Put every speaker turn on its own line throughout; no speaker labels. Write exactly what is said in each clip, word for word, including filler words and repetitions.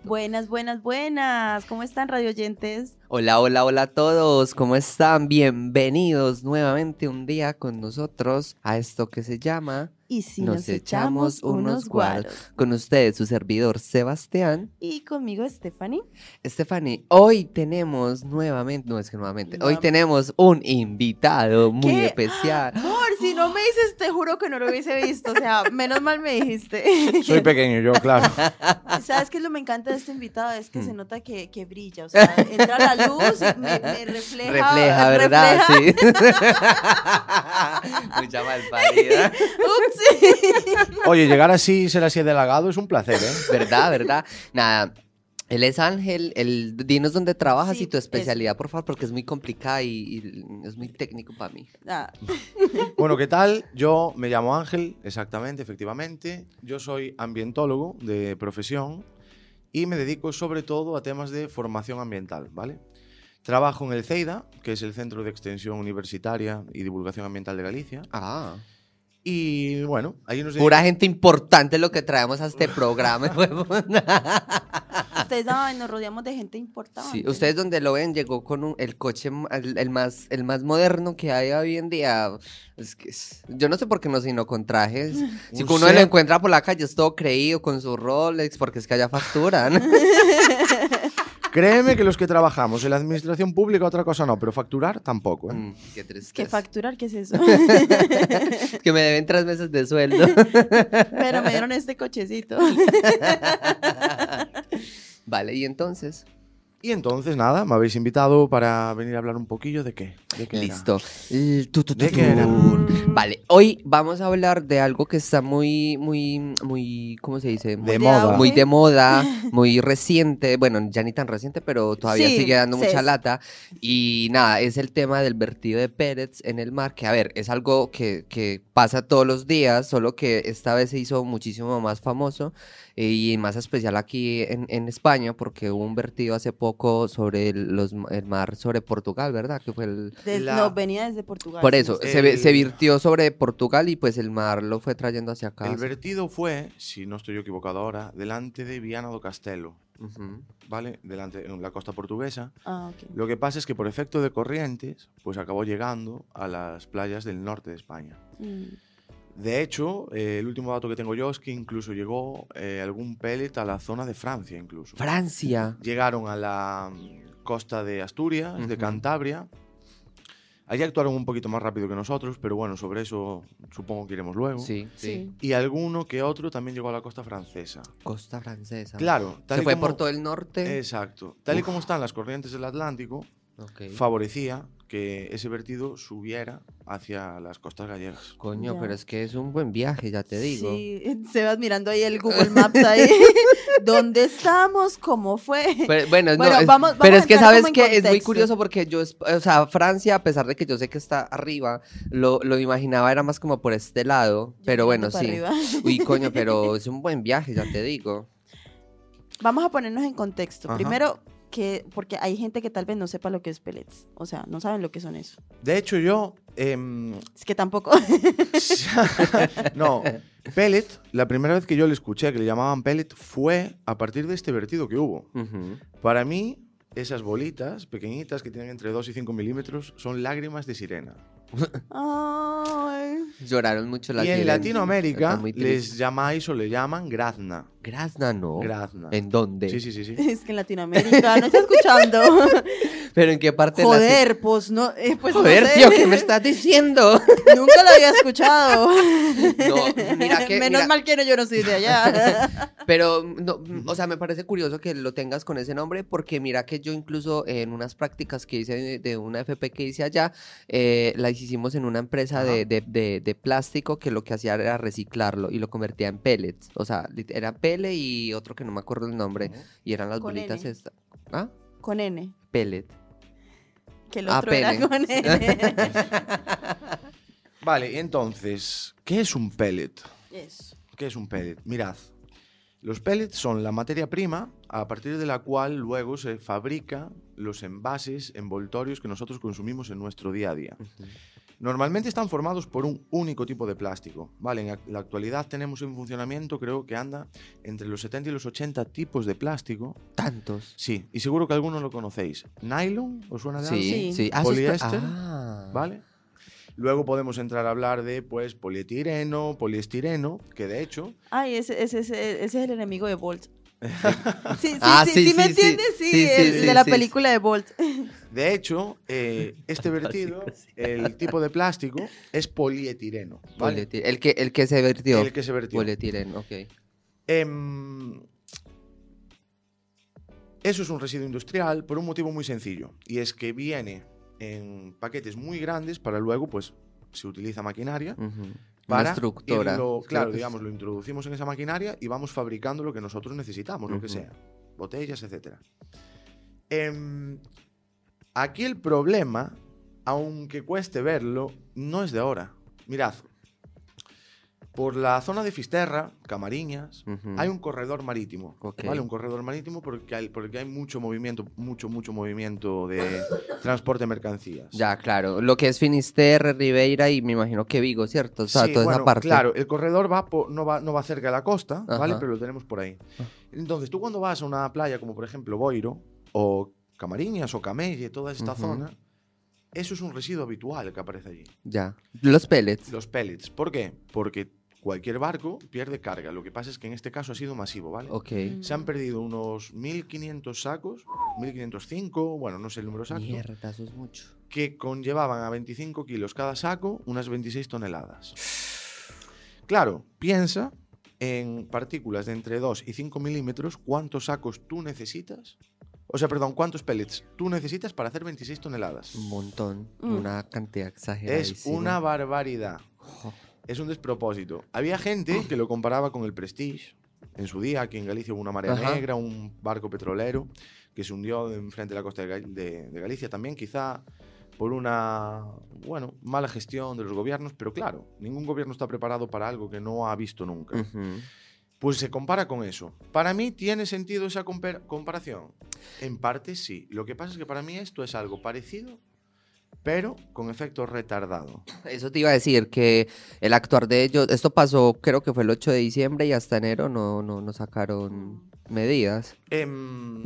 Buenas, buenas, buenas. ¿Cómo están, radioyentes?
Hola, hola, hola a todos. ¿Cómo están? Bienvenidos nuevamente un día con nosotros a esto que se llama
Y si nos, nos echamos unos guaros.
guaros. Con ustedes, su servidor Sebastián.
Y conmigo, Stephanie.
Stephanie, hoy tenemos nuevamente, no es que nuevamente,
No.
hoy tenemos un invitado muy
¿Qué?
especial.
Amor, si no me dices, te juro que no lo hubiese visto. O sea, menos mal me dijiste.
Soy pequeño yo, claro.
¿Sabes qué es lo que me encanta de este invitado? Es que
Mm.
se nota que, que brilla. O sea, entra la luz, me, me refleja.
Refleja, ¿verdad?
Refleja.
Sí. Mucha malparida.
Ups.
Oye, llegar así y ser así de halagado es un placer, ¿eh?
¿Verdad, verdad? Nada. Él es Ángel, el, dinos dónde trabajas
Sí,
y tu especialidad,
eso.
por favor, porque es muy complicada y, y es muy técnico para mí.
Ah,
Bueno, ¿qué tal? Yo me llamo Ángel, exactamente, efectivamente. Yo soy ambientólogo de profesión y me dedico sobre todo a temas de formación ambiental, ¿vale? Trabajo en el CEIDA, que es el Centro de Extensión Universitaria y Divulgación Ambiental de Galicia.
Ah.
Y bueno, ahí nos
Pura
dedicamos-
gente importante lo que traemos a este programa.
ustedes saben, nos rodeamos de gente importante.
Sí, ustedes donde lo ven, llegó con un- el coche m- el, el más, el más moderno que hay hoy en día. Es que es- yo no sé por qué no sino con trajes. Si
Un
uno lo
set.
encuentra por la calle es todo creído con su Rolex, porque es que allá facturan.
Créeme que los que trabajamos en la administración pública otra cosa no, pero facturar tampoco, ¿eh?
Mm, qué tristeza.
¿Qué facturar? ¿Qué es eso?
Que me deben tres meses de sueldo.
Pero me dieron este cochecito.
Vale, y entonces,
Y entonces, nada, me habéis invitado para venir a hablar un poquillo de qué. ¿De qué era?
listo. L- tu, tu, tu,
¿De qué era?
tu. Vale, hoy vamos a hablar de algo que está muy, muy, muy, ¿cómo se dice? Muy
De
de
moda.
auge.
muy de moda, muy reciente, bueno, ya ni tan reciente, pero todavía
Sí,
sigue dando
sí,
mucha
sí.
lata. Y nada, es el tema del vertido de pellets en el mar, que a ver, es algo que, que pasa todos los días, solo que esta vez se hizo muchísimo más famoso eh, y más especial aquí en, en España, porque hubo un vertido hace poco sobre el, los, el mar, sobre Portugal, ¿verdad? Que fue el...
Des-
La-
No, venía desde Portugal.
Por
si
eso,
no estoy-
se, ve- se
El-
virtió sobre Portugal y pues el mar lo fue trayendo hacia acá.
El vertido fue, si no estoy equivocado ahora, delante de Viana do Castelo,
Ujú.
¿vale? Delante, en la costa portuguesa.
Ah, ok.
Lo que pasa es que por efecto de corrientes, pues acabó llegando a las playas del norte de España.
Mm.
De hecho, eh, el último dato que tengo yo es que incluso llegó eh, algún pellet a la zona de Francia, incluso.
Francia.
Llegaron a la mm, costa de Asturias, de
Ujú.
Cantabria. Allí actuaron un poquito más rápido que nosotros, pero bueno, sobre eso supongo que iremos luego.
Sí,
Sí.
Y alguno que otro también llegó a la costa francesa.
Costa francesa.
Claro, tal
Se
y
fue
como-
por todo el norte.
Exacto. Tal y
Uf.
como están las corrientes del Atlántico,
Ok.
favorecía que ese vertido subiera hacia las costas gallegas.
Coño,
Ya.
pero es que es un buen viaje, ya te digo.
Sí, Sebas mirando ahí el Google Maps ahí. ¿Dónde estamos? ¿Cómo fue?
Pero, bueno, no,
Bueno,
es-
vamos- vamos
pero
a
es que
entrar
sabes
como en
que es muy
contexto.
curioso porque yo, es- o sea, Francia, a pesar de que yo sé que está arriba, lo, lo imaginaba era más como por este lado,
Yo
pero bueno,
mirando
sí.
para arriba.
Uy, coño, pero es un buen viaje, ya te digo.
Vamos a ponernos en contexto.
Ajá.
Primero, que porque hay gente que tal vez no sepa lo que es pellets. O sea, no saben lo que son eso.
De hecho, yo... em,
Es que tampoco.
no, pellet, la primera vez que yo le escuché que le llamaban pellet fue a partir de este vertido que hubo.
Ujú.
Para mí, esas bolitas pequeñitas que tienen entre dos y cinco milímetros son lágrimas de sirena.
Ay.
Lloraron mucho las
y en
sirenas.
Latinoamérica
Están muy tristes.
les llamáis o le llaman grazna.
Grazna, no.
Grazna.
¿En dónde?
Sí, sí, sí, sí.
Es que en Latinoamérica no está escuchando.
¿Pero en qué parte de Lati-
Joder, pues no. eh, pues no
Joder,
sé.
tío, ¿qué me estás diciendo?
Nunca lo había escuchado.
No, mira que...
Menos
mira,
mal que no, yo no soy de allá.
Pero, no, o sea, me parece curioso que lo tengas con ese nombre porque mira que yo incluso en unas prácticas que hice de, de una F P que hice allá, eh, las hicimos en una empresa de,
Ajá.
de, de, de plástico que lo que hacía era reciclarlo y lo convertía en pellets. O sea, lit- era pele y otro que no me acuerdo el nombre y eran las
Con
bolitas
N.
estas. ¿Ah?
Con N.
Pellet.
Que el
Ah,
otro era
pene.
con N.
Vale, y entonces, ¿qué es un pellet?
Eso.
¿Qué es un pellet? Mirad, los pellets son la materia prima a partir de la cual luego se fabrican los envases envoltorios que nosotros consumimos en nuestro día a día.
Ujú.
Normalmente están formados por un único tipo de plástico, ¿vale? En la actualidad tenemos en funcionamiento, creo que anda entre los setenta y los ochenta tipos de plástico.
Tantos.
Sí, y seguro que algunos lo conocéis. Nylon, ¿os suena de algo?
Sí,
Sí.
sí. Ah, eso es-
Poliéster,
ah.
¿vale? Luego podemos entrar a hablar de, pues, polietileno, poliestireno, que de hecho...
Ay, ese, ese, ese, ese es el enemigo de Bolt. Sí, sí,
Ah,
sí,
sí,
sí, ¿me
sí, sí.
entiendes? Sí,
Sí, sí,
el
sí,
de la
sí.
película de Bolt.
De hecho, eh, este vertido, el tipo de plástico, es polietileno, ¿vale?
Polietil- El que, el que se vertió.
El que se vertió.
Polietileno, ok.
Em, eso es un residuo industrial por un motivo muy sencillo, y es que viene en paquetes muy grandes para luego, pues, se utiliza maquinaria
Ujú.
para
Una estructura.
irlo-
Creo
claro,
que es-
digamos, lo introducimos en esa maquinaria y vamos fabricando lo que nosotros necesitamos, lo que
Ujú.
sea, botellas, etcétera. Em, aquí el problema, aunque cueste verlo, no es de ahora. Mirad, por la zona de Fisterra, Camariñas,
Ujú.
hay un corredor marítimo,
Ok.
¿vale? Un corredor marítimo porque hay, porque hay mucho movimiento, mucho, mucho movimiento de transporte de mercancías.
Ya, claro. Lo que es Finisterre, Ribeira y me imagino que Vigo, ¿cierto? O sea,
Sí,
toda
bueno,
esa parte.
claro, el corredor va po- no, va, no va cerca de la costa, ¿vale?
Ajá.
Pero lo tenemos por ahí. Entonces, tú cuando vas a una playa como por ejemplo Boiro, o Camariñas, o Camelle, toda esta
Ujú.
zona, eso es un residuo habitual que aparece allí.
Ya. Los pellets.
Los pellets. ¿Por qué? Porque cualquier barco pierde carga. Lo que pasa es que en este caso ha sido masivo, ¿vale?
Ok.
Se han perdido unos mil quinientos sacos, mil quinientos cinco, bueno, no sé el número exacto,
Mierda, eso es mucho.
que conllevaban a veinticinco kilos cada saco, unas veintiséis toneladas. Claro, piensa en partículas de entre dos y cinco milímetros, cuántos sacos tú necesitas, o sea, perdón, cuántos pellets tú necesitas para hacer veintiséis toneladas.
Un montón.
Mm.
Una cantidad exagerada.
Es una barbaridad. Es un despropósito. Había gente que lo comparaba con el Prestige. En su día, aquí en Galicia hubo una marea
Ajá.
negra, un barco petrolero que se hundió enfrente de la costa de, Gal- de- de Galicia también, quizá por una, bueno, mala gestión de los gobiernos, pero claro, ningún gobierno está preparado para algo que no ha visto nunca.
Ujú.
Pues se compara con eso. Para mí, ¿tiene sentido esa comper- comparación? En parte sí. Lo que pasa es que para mí esto es algo parecido, pero con efecto retardado.
Eso te iba a decir, que el actuar de ellos, esto pasó creo que fue el ocho de diciembre y hasta enero no, no, no sacaron medidas.
Em,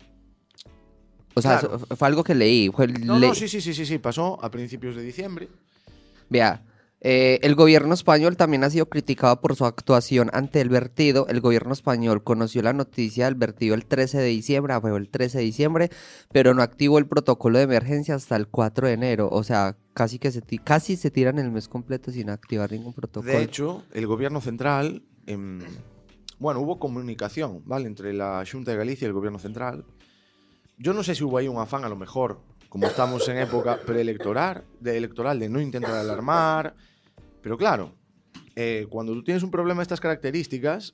O sea,
Claro.
eso fue algo que leí. Fue
no,
le-
no, sí, sí, sí, sí, sí, pasó a principios de diciembre.
Vea, eh, el gobierno español también ha sido criticado por su actuación ante el vertido. El gobierno español conoció la noticia del vertido el trece de diciembre, ah, fue el trece de diciembre, pero no activó el protocolo de emergencia hasta el cuatro de enero. O sea, casi que se, ti- casi se tiran el mes completo sin activar ningún protocolo.
De hecho, el gobierno central, em, bueno, hubo comunicación, ¿vale? Entre la Xunta de Galicia y el gobierno central. Yo no sé si hubo ahí un afán, a lo mejor, como estamos en época preelectoral, de electoral, de no intentar alarmar. Pero claro, eh, cuando tú tienes un problema de estas características,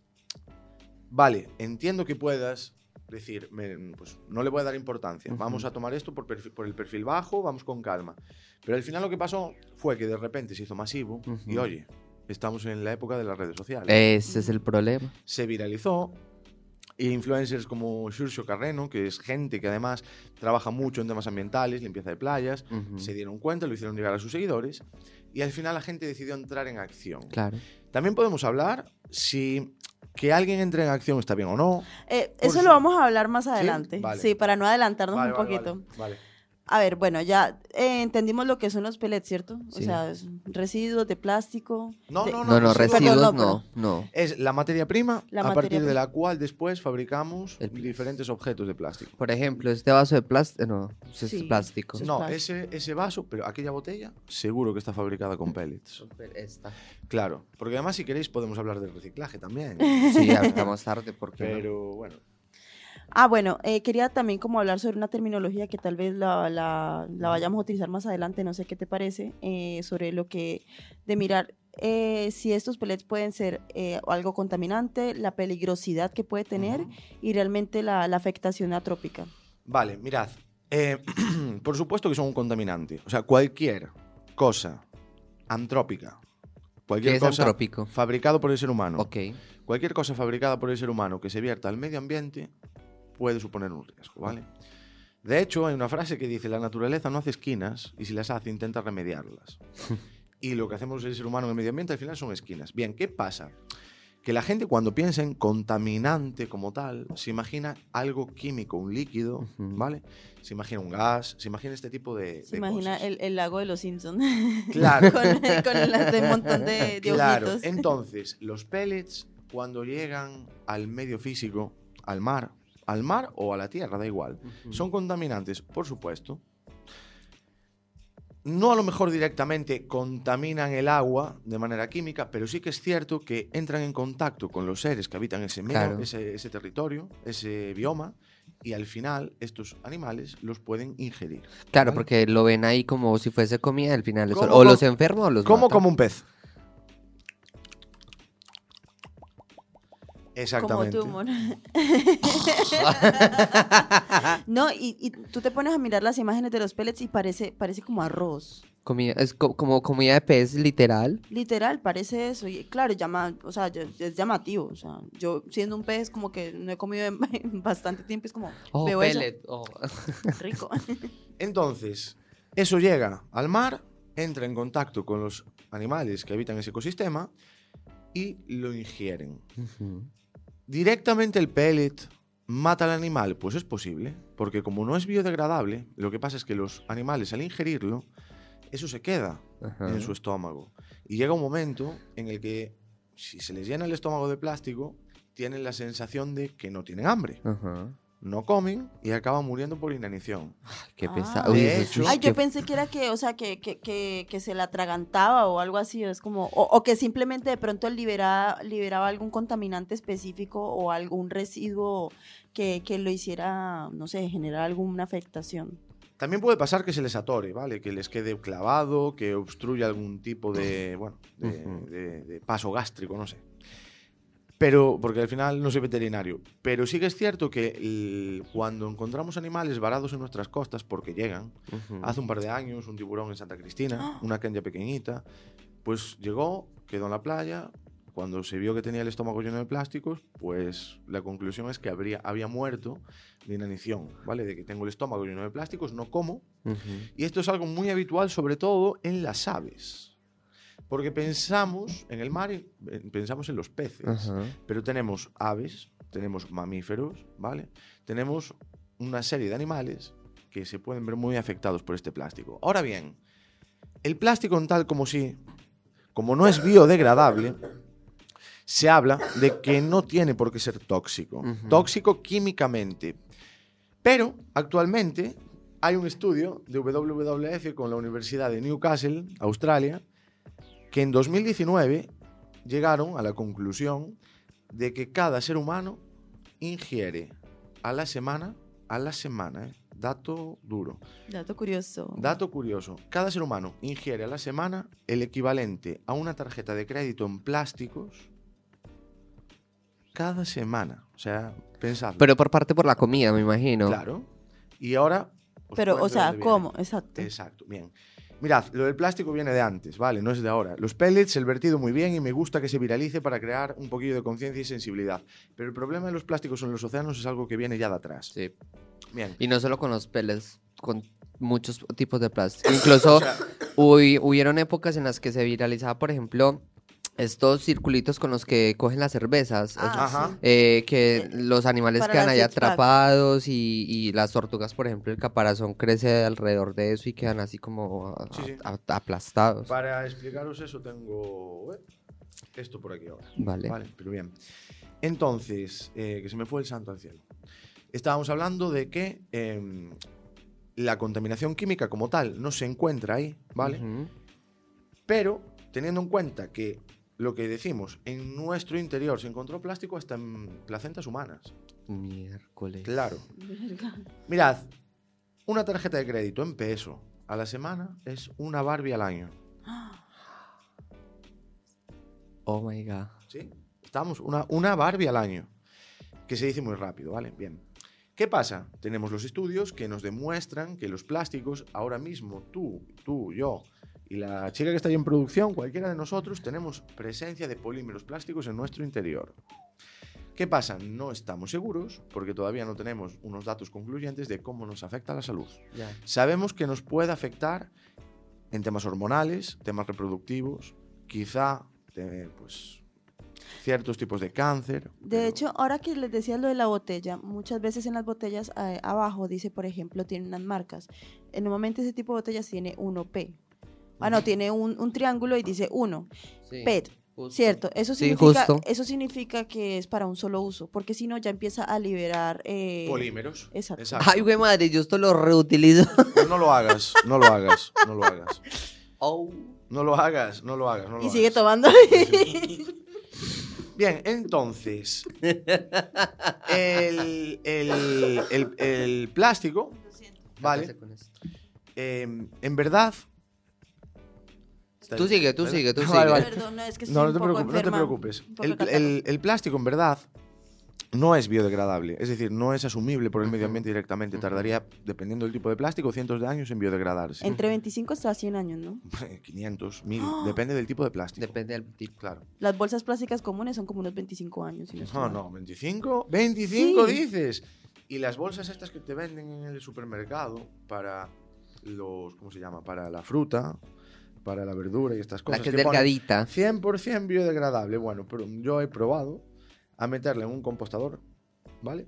vale, entiendo que puedas decir, me- pues no le voy a dar importancia,
Ujú.
vamos a tomar esto por, perfil- por el perfil bajo, vamos con calma. Pero al final lo que pasó fue que de repente se hizo masivo y
Ujú.
oye, estamos en la época de las redes sociales.
Ese es el problema.
Se viralizó. E influencers como Xurxo Carreno, que es gente que además trabaja mucho en temas ambientales, limpieza de playas,
Ujú.
se dieron cuenta, lo hicieron llegar a sus seguidores y al final la gente decidió entrar en acción.
Claro.
También podemos hablar si que alguien entre en acción está bien o no.
Eh,
Por
eso
su-
lo vamos a hablar más adelante. Sí,
Vale.
para no adelantarnos
Vale,
un
vale,
poquito.
vale, vale.
A ver, bueno, ya eh, entendimos lo que son los pellets, ¿cierto? O
Sí.
sea, es residuos de plástico.
No,
de-
no,
No, no,
residuos
residuos
no,
no, no.
Es la materia prima
La
a
materia
partir de
prima.
la cual después fabricamos
El-
diferentes objetos de plástico.
Por ejemplo, este vaso de plástico, no, ese es
Sí.
plástico.
Eso es
No,
plástico.
ese, ese vaso, pero aquella botella, seguro que está fabricada con pellets.
Esta.
Claro, porque además si queréis podemos hablar del reciclaje también.
Sí, ahorita más tarde, porque
Pero bueno.
Ah, bueno, eh, quería también como hablar sobre una terminología que tal vez la, la- la vayamos a utilizar más adelante, no sé qué te parece, eh, sobre lo que, de mirar eh, si estos pellets pueden ser eh, algo contaminante, la peligrosidad que puede tener
Ujú.
y realmente la, la afectación atrópica.
Vale, mirad. eh, por supuesto que son un contaminante. O sea, cualquier cosa antrópica,
¿qué
cualquier
es
cosa
antrópico?
fabricado por el ser humano,
Ok.
cualquier cosa fabricada por el ser humano que se vierta al medio ambiente puede suponer un riesgo, ¿vale? De hecho, hay una frase que dice, la naturaleza no hace esquinas y si las hace intenta remediarlas. Y lo que hacemos el ser humano en el medio ambiente al final son esquinas. Bien, ¿qué pasa? Que la gente cuando piensa en contaminante como tal, se imagina algo químico, un líquido, uh-huh. ¿vale? Se imagina un gas, se imagina este tipo de,
se
de
imagina
cosas.
El, el lago de los Simpsons.
Claro.
con, con las de un montón de, de
Claro.
ojitos.
Entonces, los pellets, cuando llegan al medio físico, al mar, al mar o a la tierra, da igual, uh-huh. son contaminantes, por supuesto. No a lo mejor directamente contaminan el agua de manera química, pero sí que es cierto que entran en contacto con los seres que habitan ese, medio, claro. ese, ese territorio, ese bioma, y al final estos animales los pueden ingerir.
Claro, ¿vale? Porque lo ven ahí como si fuese comida, al final o como, los enferma o los
como
mata.
Como un pez. Exactamente.
Como tú, No, y, y tú te pones a mirar las imágenes de los pellets y parece, parece como arroz.
Comida, es co como comida de pez, literal.
Literal, parece eso. Y claro, llama, o sea, es llamativo. O sea, yo siendo un pez, como que no he comido en, en bastante tiempo, es como,
oh,
veo
pellet.
eso.
Oh.
Rico.
Entonces, eso llega al mar, entra en contacto con los animales que habitan ese ecosistema y lo ingieren. Uh-huh. ¿Directamente el pellet mata al animal? Pues es posible, porque como no es biodegradable, lo que pasa es que los animales al ingerirlo, eso se queda Ajá. en su estómago. Y llega un momento en el que, si se les llena el estómago de plástico, tienen la sensación de que no tienen hambre. Ajá. No comen y acaban muriendo por inanición.
Qué
ah.
pesado.
De hecho,
Ay, yo pensé que era que, o sea, que, que, que, que se la atragantaba o algo así, es como, o, o que simplemente de pronto liberaba, liberaba algún contaminante específico o algún residuo que, que lo hiciera, no sé, generar alguna afectación.
También puede pasar que se les atore, ¿vale? Que les quede clavado, que obstruya algún tipo de, bueno, de, uh-huh. de, de paso gástrico, no sé. Pero, porque al final no soy veterinario, pero sí que es cierto que el, cuando encontramos animales varados en nuestras costas, porque llegan, uh-huh. hace un par de años, un tiburón en Santa Cristina, una kenya pequeñita, pues llegó, quedó en la playa, cuando se vio que tenía el estómago lleno de plásticos, pues la conclusión es que habría, había muerto de inanición, ¿vale? De que tengo el estómago lleno de plásticos, no como, uh-huh. y esto es algo muy habitual, sobre todo en las aves. Porque pensamos en el mar, pensamos en los peces, uh-huh. pero tenemos aves, tenemos mamíferos, ¿vale? Tenemos una serie de animales que se pueden ver muy afectados por este plástico. Ahora bien, el plástico en tal como sí, como no es biodegradable, se habla de que no tiene por qué ser tóxico, uh-huh. tóxico químicamente. Pero actualmente hay un estudio de W W F con la Universidad de Newcastle, Australia, que en dos mil diecinueve llegaron a la conclusión de que cada ser humano ingiere a la semana, a la semana, ¿eh? Dato duro.
Dato curioso.
Dato curioso. Cada ser humano ingiere a la semana el equivalente a una tarjeta de crédito en plásticos cada semana. O sea, pensadlo.
Pero por parte por la comida, me imagino.
Claro. Y ahora...
Pero, o sea, ¿cómo? Exacto.
Exacto, bien. Mirad, lo del plástico viene de antes, ¿vale? No es de ahora. Los pellets, el vertido muy bien y me gusta que se viralice para crear un poquillo de conciencia y sensibilidad. Pero el problema de los plásticos en los océanos es algo que viene ya de atrás.
Sí.
Bien.
Y no solo con los pellets, con muchos tipos de plástico. Incluso o sea, hubi, hubieron épocas en las que se viralizaba, por ejemplo, estos circulitos con los que cogen las cervezas,
ah,
sí. eh, que eh, los animales quedan ahí atrapados y, y las tortugas, por ejemplo, el caparazón crece alrededor de eso y quedan así como a, sí, sí. A, a, aplastados.
Para explicaros eso tengo eh, esto por aquí ahora.
Vale.
Vale, pero bien. Entonces, eh, que se me fue el santo al cielo. Estábamos hablando de que eh, la contaminación química como tal no se encuentra ahí, ¿vale? Uh-huh. Pero teniendo en cuenta que lo que decimos, en nuestro interior se encontró plástico hasta en placentas humanas.
Miércoles.
Claro. Mirad, una tarjeta de crédito en peso a la semana es una Barbie al año.
Oh my God.
Sí, estamos una, una Barbie al año. Que se dice muy rápido, ¿vale? Bien. ¿Qué pasa? Tenemos los estudios que nos demuestran que los plásticos, ahora mismo tú, tú, yo... y la chica que está ahí en producción, cualquiera de nosotros, tenemos presencia de polímeros plásticos en nuestro interior. ¿Qué pasa? No estamos seguros porque todavía no tenemos unos datos concluyentes de cómo nos afecta a la salud.
Ya.
Sabemos que nos puede afectar en temas hormonales, temas reproductivos, quizá eh, pues, ciertos tipos de cáncer.
De
pero-
hecho, ahora que les decía lo de la botella, muchas veces en las botellas eh, abajo dice, por ejemplo, tiene unas marcas. Eh, Normalmente ese tipo de botellas tiene uno P. Ah, no, tiene un, un triángulo y dice uno.
Sí,
P E T.
justo.
Cierto, eso
Sí,
significa,
justo.
eso significa que es para un solo uso, porque si no ya empieza a liberar eh,
Polímeros.
Exacto.
Ay, güey, madre, yo esto lo reutilizo.
Pues no lo hagas, no lo hagas, no lo hagas.
Oh.
No lo hagas, no lo hagas, no lo
y
hagas.
sigue tomando.
Bien, entonces, el, el- el- el plástico, ¿vale?
Con esto.
Eh, en verdad...
Tú sigue, tú sigue, tú
Vale,
sigue.
vale.
Perdón, no, es que estoy
No, no
un
te,
poco
preocupes, no te
enferma,
preocupes.
un poco
El,
catarro.
el- el plástico, en verdad, no es biodegradable. Es decir, no es asumible por el medio ambiente directamente. Tardaría, dependiendo del tipo de plástico, cientos de años en biodegradarse.
Entre veinticinco hasta cien años, ¿no?
quinientos, mil,
¡Ah!
depende del tipo de plástico.
Depende del tipo.
Claro.
Las bolsas plásticas comunes son como unos veinticinco años. si no estoy
No,
mal.
no, veinticinco. veinticinco
Sí.
dices. Y las bolsas estas que te venden en el supermercado para los, ¿cómo se llama? Para la fruta, para la verdura y estas cosas.
La que es
ponen
delgadita.
cien por ciento biodegradable. Bueno, pero yo he probado a meterle en un compostador, ¿vale?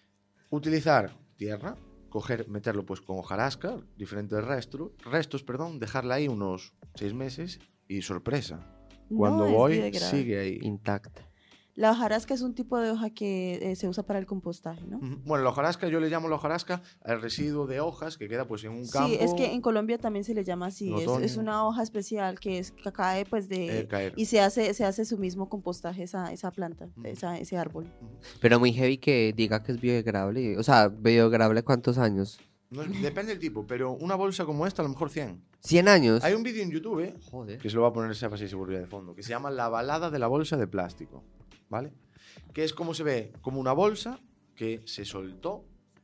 Utilizar tierra, coger, meterlo pues con hojarasca, diferentes restos, restos, perdón, dejarla ahí unos seis meses y sorpresa. Cuando
No es
voy,
biodegradable.
sigue ahí.
Intacta.
La hojarasca es un tipo de hoja que eh, se usa para el compostaje, ¿no?
Ujú. Bueno, la hojarasca, yo le llamo la hojarasca al residuo de hojas que queda pues en un campo.
Sí, es que en Colombia también se le llama así.
en
Es,
otoño.
es una hoja especial que es que cae pues de
Eh, caer.
y se hace se hace su mismo compostaje esa esa planta,
Ujú.
esa, ese árbol.
Pero muy heavy que diga que es biodegradable. O sea, biodegradable ¿cuántos años?
No es- depende del tipo, pero una bolsa como esta a lo mejor cien.
¿cien años?
Hay un vídeo en YouTube, eh,
Joder.
que se lo va a poner Sefa si se volvía de fondo, que se llama La balada de la bolsa de plástico, ¿vale? Que es como se ve, como una bolsa que se soltó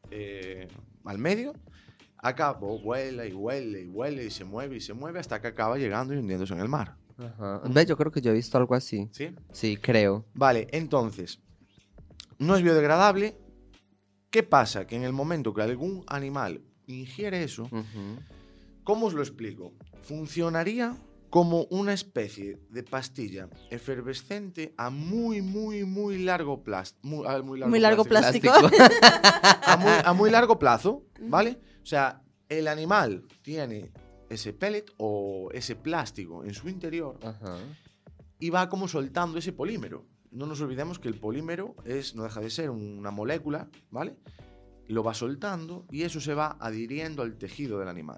eh, al medio, acabó, vuela y huele y huele y se mueve y se mueve hasta que acaba llegando y hundiéndose en el mar,
Ajá. Ve, yo creo que yo he visto algo así.
¿sí?
Sí, creo.
Vale, entonces, no es biodegradable. ¿Qué pasa? Que en el momento que algún animal ingiere eso,
Ujú.
¿cómo os lo explico? Funcionaría como una especie de pastilla efervescente a muy, muy, muy largo plazo. Muy, a muy largo,
Muy largo
plástico.
plástico.
A muy, a muy largo plazo, ¿vale? O sea, el animal tiene ese pellet o ese plástico en su interior
Ajá.
y va como soltando ese polímero. No nos olvidemos que el polímero es, no deja de ser una molécula, ¿vale? Lo va soltando y eso se va adhiriendo al tejido del animal.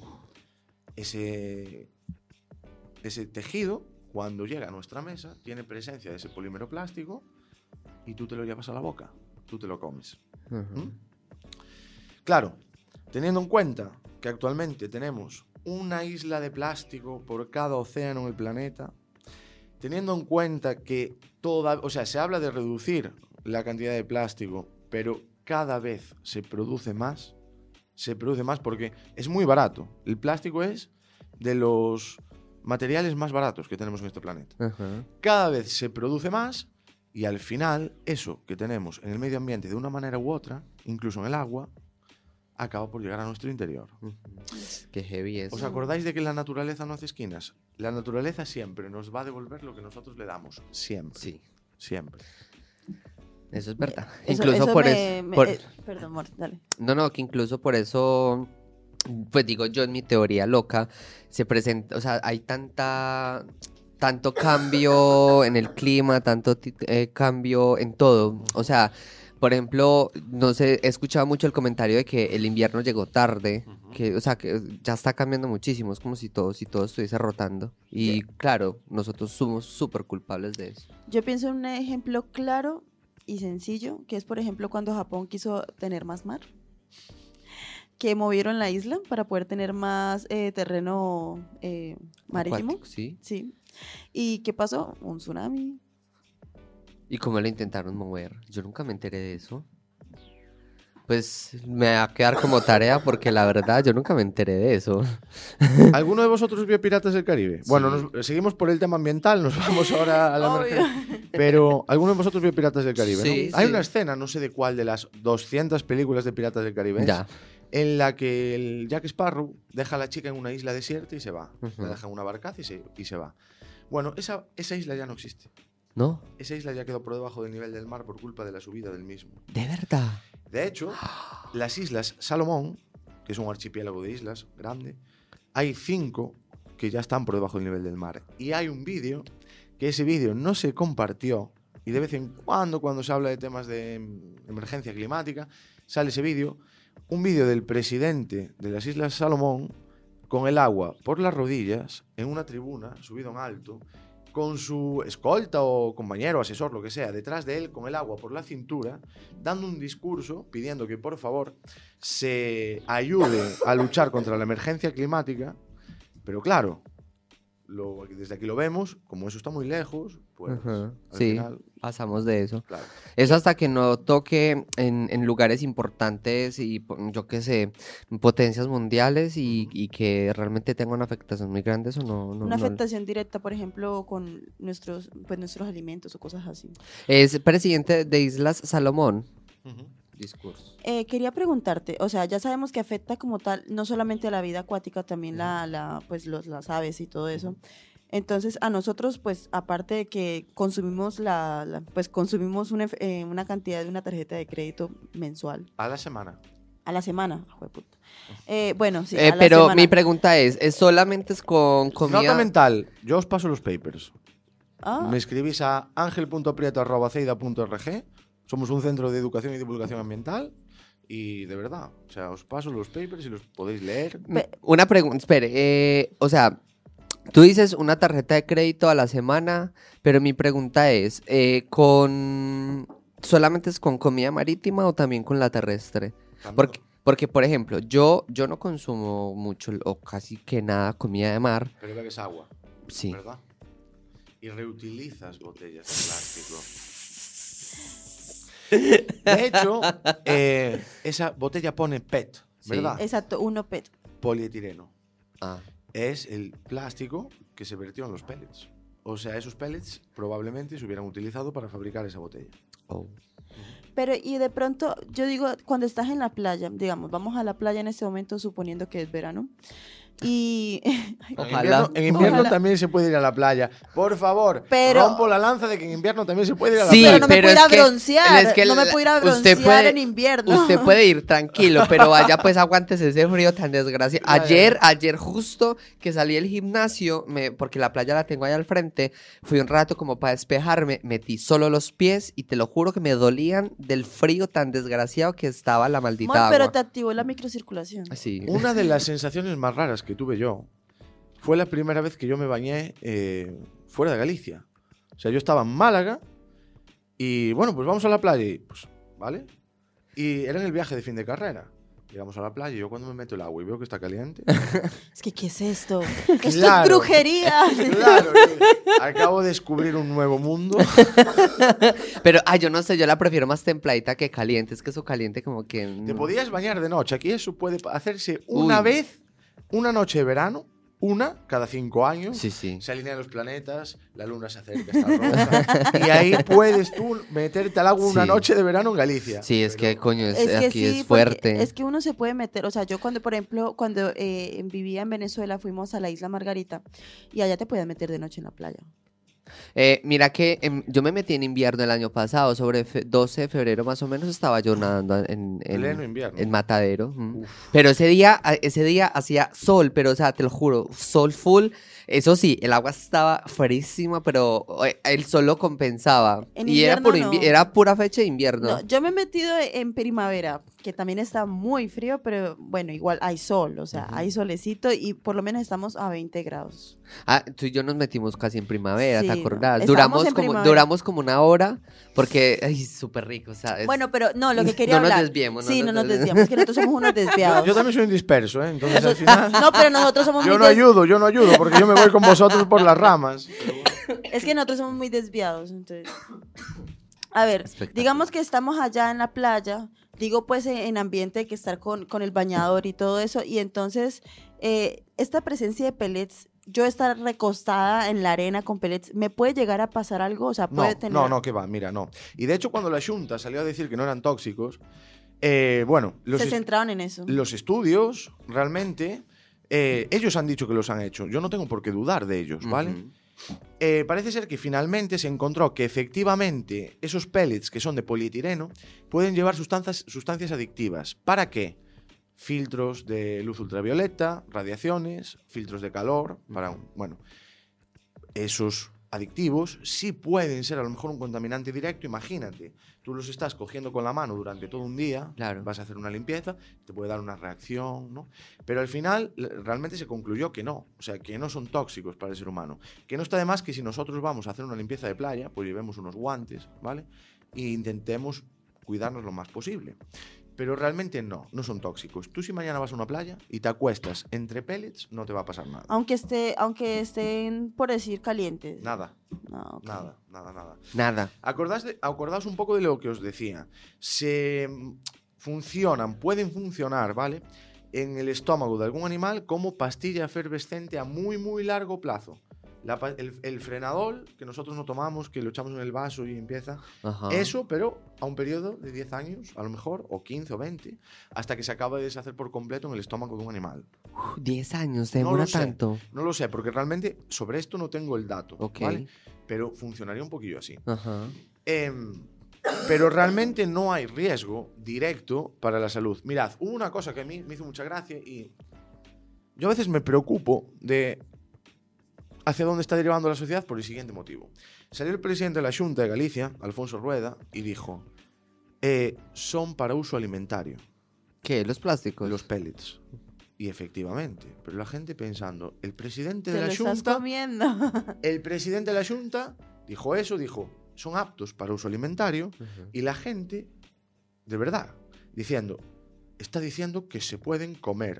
Ese, ese tejido, cuando llega a nuestra mesa, tiene presencia de ese polímero plástico y tú te lo llevas a la boca, tú te lo comes.
Ujú.
¿Mm? Claro, teniendo en cuenta que actualmente tenemos una isla de plástico por cada océano en el planeta, teniendo en cuenta que toda, o sea, se habla de reducir la cantidad de plástico, pero cada vez se produce más, se produce más porque es muy barato. El plástico es de los materiales más baratos que tenemos en este planeta.
Ajá.
Cada vez se produce más y al final eso que tenemos en el medio ambiente de una manera u otra, incluso en el agua, acaba por llegar a nuestro interior.
Ujú. Qué heavy es.
¿Os acordáis de que la naturaleza no hace esquinas? La naturaleza siempre nos va a devolver lo que nosotros le damos. Siempre.
Sí,
Siempre.
eso es verdad.
Eso-
incluso
eso
por
me-
eso.
me-
por-
eh, perdón, amor, dale.
No, no, que incluso por eso, pues digo yo en mi teoría loca, se presenta, o sea, hay tanta, tanto cambio en el clima, tanto ti- eh, cambio en todo. O sea, por ejemplo, no sé, he escuchado mucho el comentario de que el invierno llegó tarde, que, o sea, que ya está cambiando muchísimo, es como si todo, si todo estuviese rotando. Y claro, nosotros somos súper culpables de eso.
Yo pienso en un ejemplo claro y sencillo, que es por ejemplo cuando Japón quiso tener más mar, que movieron la isla para poder tener más eh, terreno eh, marítimo.
Acuático, sí.
Sí. ¿Y qué pasó? Un tsunami.
¿Y cómo lo intentaron mover? Yo nunca me enteré de eso. Pues me va a quedar como tarea porque la verdad yo nunca me enteré de eso.
¿Alguno de vosotros vio Piratas del Caribe? Sí. Bueno, nos, seguimos por el tema ambiental, nos vamos ahora a la emergencia. Pero ¿alguno de vosotros vio Piratas del Caribe?
Sí,
¿no?
sí.
Hay una escena, no sé de cuál de las doscientas películas de Piratas del Caribe,
Ya.
en la que el Jack Sparrow deja a la chica en una isla desierta y se va.
Uh-huh.
La deja en una barcaza y se, y se va. Bueno, esa, esa isla ya no existe.
¿No?
Esa isla ya quedó por debajo del nivel del mar por culpa de la subida del mismo.
¿De verdad?
De hecho, las islas Salomón, que es un archipiélago de islas grande, hay cinco que ya están por debajo del nivel del mar. Y hay un vídeo, que ese vídeo no se compartió, y de vez en cuando, cuando se habla de temas de emergencia climática, sale ese vídeo, un vídeo del presidente de las islas Salomón con el agua por las rodillas, en una tribuna, subido en alto, con su escolta o compañero, asesor, lo que sea, detrás de él, con el agua por la cintura, dando un discurso pidiendo que, por favor, se ayude a luchar contra la emergencia climática. Pero claro, lo, desde aquí lo vemos, como eso está muy lejos, pues
Uh-huh.
al
Sí,
final,
pasamos de eso.
claro.
Eso hasta que no toque en, en lugares importantes y po- yo qué sé, potencias mundiales y, y que realmente tenga una afectación muy grande, eso no... no
Una
no-
afectación directa, por ejemplo, con nuestros, pues, nuestros alimentos o cosas así.
Es presidente de Islas Salomón.
Ujú.
Discurso.
Eh, quería preguntarte, o sea, ya sabemos que afecta como tal, no solamente a la vida acuática, también la, la, pues los, las aves y todo eso. Entonces, a nosotros, pues, aparte de que consumimos la, la- pues consumimos una, ef- eh, una cantidad de una tarjeta de crédito mensual
A la semana.
a la semana, jueputa. Eh, bueno, sí,
Eh,
a la
pero
semana.
mi pregunta es, ¿es solamente es con comida?
Nota mental, yo os paso los papers.
Ah,
Me escribís a angel punto prieto arroba ceida punto org. Somos un centro de educación y divulgación ambiental. Y de verdad, o sea, os paso los papers y los podéis leer.
M- Una pregunta, espere, eh, o sea, tú dices una tarjeta de crédito a la semana, pero mi pregunta es, eh, ¿con solamente es con comida marítima o también con la terrestre?
También-
Porque, porque por ejemplo, yo, yo no consumo mucho o casi que nada comida de mar.
Pero bebes agua,
Sí.
¿verdad? Y reutilizas botellas de plástico. De hecho, eh, esa botella pone P E T, ¿verdad?
exacto, uno pet.
Polietileno.
Ah,
Es el plástico que se vertió en los pellets. O sea, esos pellets probablemente se hubieran utilizado para fabricar esa botella.
oh.
Pero y de pronto, yo digo, cuando estás en la playa, digamos, vamos a la playa en este momento suponiendo que es verano, y
En
Ojalá.
invierno, en invierno
Ojalá.
también se puede ir a la playa. Por favor,
Pero-
rompo la lanza de que en invierno también se puede ir a la
Sí,
playa.
pero no me
pero
puedo ir
es
a
que-
broncear,
es que
no me
la-
puedo ir a
usted
broncear
puede-
en invierno.
Usted puede ir tranquilo, pero vaya pues aguántese ese frío tan desgraciado.
Ya, ya,
Ayer,
ya.
ayer justo que salí del gimnasio, me, porque la playa la tengo ahí al frente, fui un rato como para despejarme, metí solo los pies y te lo juro que me dolían del frío tan desgraciado que estaba la maldita
Mon, pero
agua.
te activó la microcirculación.
Sí.
Una de las sensaciones más raras que tuve yo fue la primera vez que yo me bañé eh, fuera de Galicia. O sea, yo estaba en Málaga y bueno, pues vamos a la playa y pues, ¿vale? Y era en el viaje de fin de carrera. Llegamos a la playa y yo cuando me meto el agua y veo que está caliente,
Es que, ¿qué es esto? Esto es
Claro.
brujería.
claro, que acabo de descubrir un nuevo mundo.
Pero, ay, yo no sé, yo la prefiero más templadita que caliente, es que eso caliente como que...
Te
mm.
podías bañar de noche. Aquí eso puede pa- hacerse una
Uy.
vez, una noche de verano, una cada cinco años.
Sí, sí.
Se alinean los planetas, la luna se acerca, está roja. Y ahí puedes tú meterte al agua una
Sí.
noche de verano en Galicia.
Sí, es
Pero-
que coño, es,
Es que
aquí
sí,
es
porque
fuerte.
es que uno se puede meter, o sea, yo cuando, por ejemplo, cuando eh, vivía en Venezuela, fuimos a la isla Margarita y allá te podías meter de noche en la playa.
Eh, mira que em, yo me metí en invierno el año pasado, sobre fe- doce de febrero más o menos estaba yo nadando en, en,
Pleno invierno.
en Matadero. mm. Pero ese día, a- ese día hacía sol, pero o sea, te lo juro, sol full. Eso sí, el agua estaba frísima, pero eh, el sol lo compensaba.
En
y era,
invierno
puro invi-
no.
era pura fecha de invierno.
No, yo me he metido en primavera, que también está muy frío, pero bueno, igual hay sol, o sea,
Ujú.
hay solecito y por lo menos estamos a veinte grados.
Ah, tú y yo nos metimos casi en primavera,
Sí,
¿te
no,
acordás?
estábamos
Duramos
en
como,
primavera.
duramos como una hora, porque, ay, súper rico, o sea, es-
Bueno, pero no, lo que quería
No nos
hablar.
desviemos, no
Sí,
nos
no nos
desviemos.
desviamos, que nosotros somos unos
Yo,
desviados.
yo también soy un disperso, ¿eh? Entonces al final.
No, pero nosotros somos
Yo
muy
no
des-
ayudo, yo no ayudo, porque yo me voy con vosotros por las ramas.
Es que nosotros somos muy desviados, entonces. A ver,
Espectacular.
digamos que estamos allá en la playa, digo pues en, en ambiente que estar con, con el bañador y todo eso, y entonces eh, esta presencia de pellets, yo estar recostada en la arena con pellets, ¿me puede llegar a pasar algo? O sea, puede
No,
tener...
no, no, que va, mira, no. Y de hecho, cuando la Xunta salió a decir que no eran tóxicos, eh, bueno, los,
Se
est-
centraron en eso.
los estudios realmente, eh, ellos han dicho que los han hecho. Yo no tengo por qué dudar de ellos, ¿vale?
Ujú.
Eh, parece ser que finalmente se encontró que efectivamente esos pellets que son de polietileno pueden llevar sustancias, sustancias adictivas. ¿Para qué? Filtros de luz ultravioleta, radiaciones, filtros de calor, para, bueno, esos adictivos sí pueden ser a lo mejor un contaminante directo. Imagínate, tú los estás cogiendo con la mano durante todo un día,
Claro.
vas a hacer una limpieza, te puede dar una reacción, ¿no? Pero al final l- realmente se concluyó que no, o sea, que no son tóxicos para el ser humano. Que no está de más que si nosotros vamos a hacer una limpieza de playa, pues llevemos unos guantes, ¿vale? E intentemos cuidarnos lo más posible. Pero realmente no, no son tóxicos. Tú si mañana vas a una playa y te acuestas entre pellets, no te va a pasar nada.
Aunque, esté, aunque estén, por decir, calientes.
Nada,
No, ok.
nada, nada, nada.
Nada.
Acordaos, de- acordaos un poco de lo que os decía. Se mm, funcionan, pueden funcionar, ¿vale? En el estómago de algún animal como pastilla efervescente a muy, muy largo plazo. La pa- el, el frenadol, que nosotros no tomamos, que lo echamos en el vaso y empieza.
Ajá.
Eso, pero a un periodo de diez años, a lo mejor, o quince o veinte, hasta que se acaba de deshacer por completo en el estómago de un animal.
Uf, diez años,
No
demora
lo sé.
tanto.
No lo sé, porque realmente sobre esto no tengo el dato,
Ok.
¿vale? Pero funcionaría un poquillo así.
Ajá.
Em, pero realmente no hay riesgo directo para la salud. Mirad, hubo una cosa que a mí me hizo mucha gracia y yo a veces me preocupo de hacia dónde está derivando la sociedad por el siguiente motivo. Salió el presidente de la Xunta de Galicia, Alfonso Rueda, y dijo, eh, son para uso alimentario,
¿Qué? ¿Los plásticos?
los pellets. Y efectivamente, pero la gente pensando, el presidente
Te
de
lo
la
estás
Xunta,
comiendo.
el presidente de la Xunta dijo eso, dijo, son aptos para uso alimentario,
Ujú.
y la gente, de verdad, diciendo, está diciendo que se pueden comer.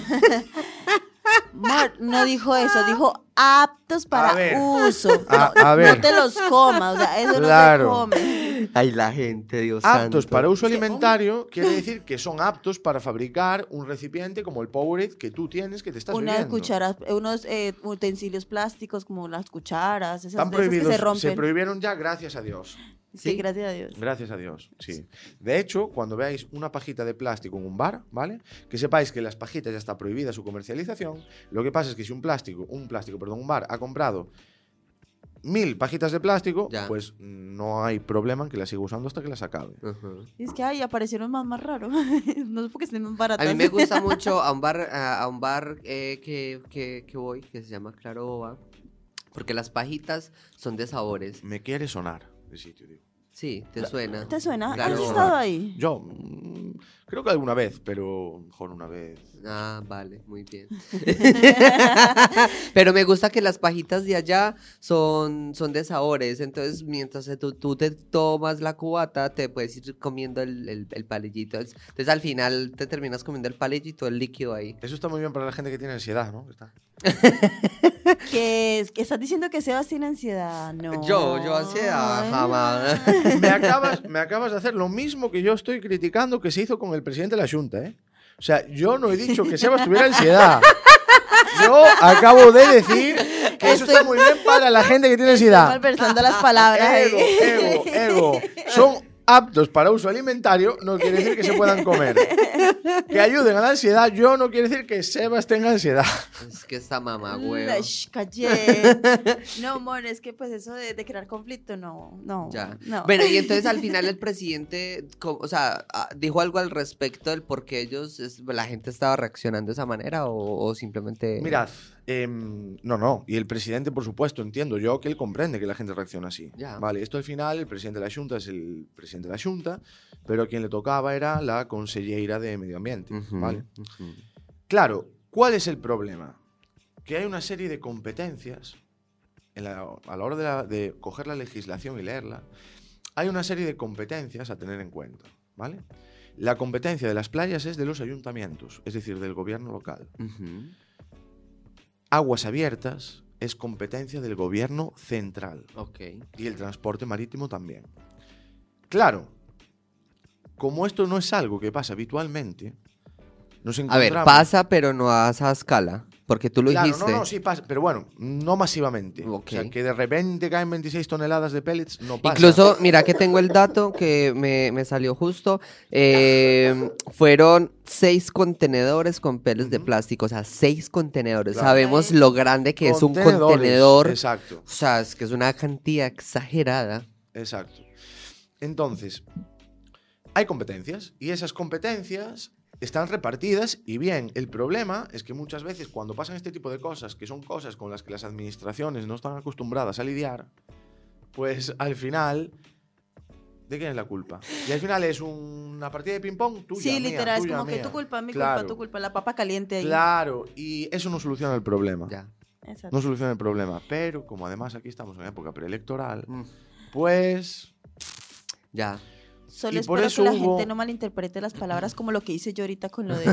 Mor, no dijo eso, dijo aptos para
ver.
uso.
A-
no,
a ver.
no te los comas, o sea, eso
Claro.
no se come.
Ay, la gente, Dios
Aptos
santo.
para uso
Sí,
alimentario quiere decir que son aptos para fabricar un recipiente como el Powerade que tú tienes, que te estás
Unas
bebiendo.
cucharas, eh, unos eh, utensilios plásticos como las cucharas, esas,
Están
de esas que
prohibidos,
se rompen.
prohibieron ya, gracias a Dios.
Sí,
¿Sí?
gracias a Dios.
Gracias a Dios, sí. De hecho, cuando veáis una pajita de plástico en un bar, ¿vale? Que sepáis que las pajitas ya está prohibida su comercialización. Lo que pasa es que si un plástico, un plástico, perdón, un bar ha comprado mil pajitas de plástico,
Ya.
pues no hay problema en que las siga usando hasta que las acabe.
Ujú.
Y es que ay, aparecieron más más raros. No es porque estén más
A
baratas.
mí me gusta mucho a un bar, a, a un bar eh, que, que, que voy, que se llama Claro Boba, porque las pajitas son de sabores.
Me quiere sonar el sitio, digo.
Sí, te suena.
¿Te suena?
Claro
¿Has
Boba.
estado ahí?
Yo mm, creo que alguna vez, pero mejor una vez.
Ah, vale, muy bien. Pero me gusta que las pajitas de allá son, son de sabores, entonces mientras tú, tú te tomas la cubata, te puedes ir comiendo el, el, el palillito. Entonces al final te terminas comiendo el palillito, el líquido ahí.
Eso está muy bien para la gente que tiene ansiedad, ¿no? Está.
Que, que estás diciendo que Sebas tiene ansiedad. No.
Yo, yo ansiedad,
Ay,
jamás.
Me acabas, me acabas de hacer lo mismo que yo estoy criticando que se hizo con el presidente de la Xunta, ¿eh? O sea, yo no he dicho que Sebas tuviera ansiedad. Yo acabo de decir que eso está muy bien para la gente que tiene
Estoy
ansiedad.
malversando las palabras.
Ego,
ahí.
ego, ego. Son aptos para uso alimentario, no quiere decir que se puedan comer. Que ayuden a la ansiedad, yo no quiere decir que Sebas tenga ansiedad.
Es que esta mamá, huevo.
Lash, callé. No, amor, es que pues eso de, de crear conflicto, no, no.
Ya.
No.
Bueno, y entonces al final el presidente, co- o sea, ah, dijo algo al respecto del por qué ellos, es- la gente estaba reaccionando de esa manera o, o simplemente...
Mirad, em, no, no, y el presidente, por supuesto, entiendo yo que él comprende que la gente reacciona así.
Ya.
Vale, esto al final, el presidente de la Xunta es el presidente de la Xunta, pero a quien le tocaba era la conselleira de Medio Ambiente,
Ujú,
¿vale?
ujú.
Claro, ¿cuál es el problema? Que hay una serie de competencias, en la- a la hora de, la- de coger la legislación y leerla, hay una serie de competencias a tener en cuenta, ¿vale? La competencia de las playas es de los ayuntamientos, es decir, del gobierno local.
Ujú.
Aguas abiertas es competencia del gobierno central
Ok.
y el transporte marítimo también. Claro, como esto no es algo que pasa habitualmente, nos
A
encontramos...
ver, pasa, pero no a esa escala. Porque tú lo
Claro,
dijiste.
no, no, sí pasa, pero bueno, no masivamente.
Ok.
O sea, que de repente caen veintiséis toneladas de pellets, no pasa.
Incluso, mira que tengo el dato que me, me salió justo. eh, fueron seis contenedores con pellets de
Ujú.
plástico. O sea, seis contenedores.
Claro.
Sabemos lo grande que es un
Contenedores,
contenedor.
Exacto,
O sea, es que es una cantidad exagerada.
exacto. Entonces, hay competencias y esas competencias están repartidas y bien, el problema es que muchas veces cuando pasan este tipo de cosas, que son cosas con las que las administraciones no están acostumbradas a lidiar, pues al final, ¿de quién es la culpa? Y al final es una partida de ping-pong tuya,
Sí,
mía,
literal, es
tuya,
como que
mía.
tu culpa, mi
Claro,
culpa, tu culpa, la papa caliente ahí.
Claro, y eso no soluciona el problema.
Ya.
Exacto.
No soluciona el problema, pero como además aquí estamos en época preelectoral,
Mm,
pues
ya.
Solo
y por
espero
eso
que la
hubo-
gente no malinterprete las palabras como lo que hice yo ahorita con lo de...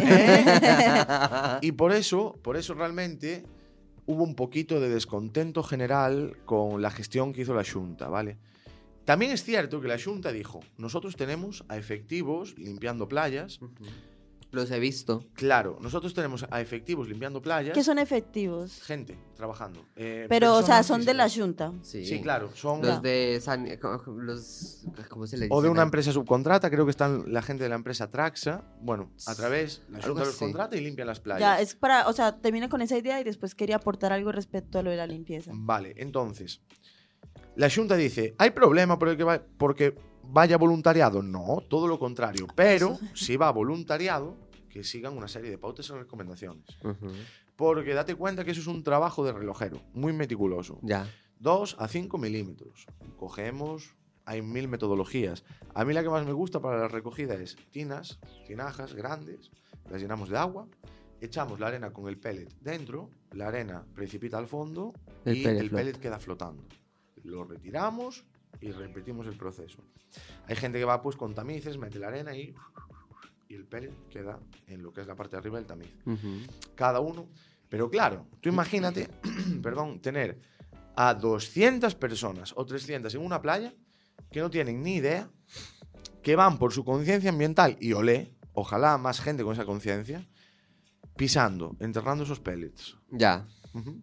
y por eso, por eso realmente hubo un poquito de descontento general con la gestión que hizo la Xunta, ¿vale? También es cierto que la Xunta dijo, nosotros tenemos a efectivos limpiando playas.
Los he visto.
Claro, nosotros tenemos a efectivos limpiando playas.
que son efectivos.
Gente trabajando. eh,
Pero, o sea,
personas
son de la
físicas.
Junta.
Sí.
Sí, claro, son...
Los de San... Los... ¿Cómo se le dice?
O de una empresa subcontrata, creo que están la gente de la empresa Traxa. Bueno, a través, la
Algo
Junta los
así.
contrata y limpian las playas.
Ya, es para, o sea, termina con esa idea y después quería aportar algo respecto a lo de la limpieza.
Vale, entonces, la Xunta dice, ¿hay problema por el que va, porque vaya voluntariado? No, todo lo contrario. Pero si va voluntariado, que sigan una serie de pautas y recomendaciones.
Ujú.
Porque date cuenta que eso es un trabajo de relojero, muy meticuloso.
Ya.
dos a cinco milímetros. Cogemos, hay mil metodologías. A mí la que más me gusta para la recogida es tinas, tinajas grandes, las llenamos de agua, echamos la arena con el pellet dentro, la arena precipita al fondo
El
y
pellet
el
flota.
pellet queda flotando. Lo retiramos y repetimos el proceso. Hay gente que va pues con tamices, mete la arena y, y el pellet queda en lo que es la parte de arriba del tamiz.
Ujú.
Cada uno. Pero claro, tú imagínate, perdón, tener a doscientas personas o trescientas en una playa que no tienen ni idea, que van por su conciencia ambiental y olé, ojalá más gente con esa conciencia, pisando, enterrando esos pellets.
Ya.
Ujú.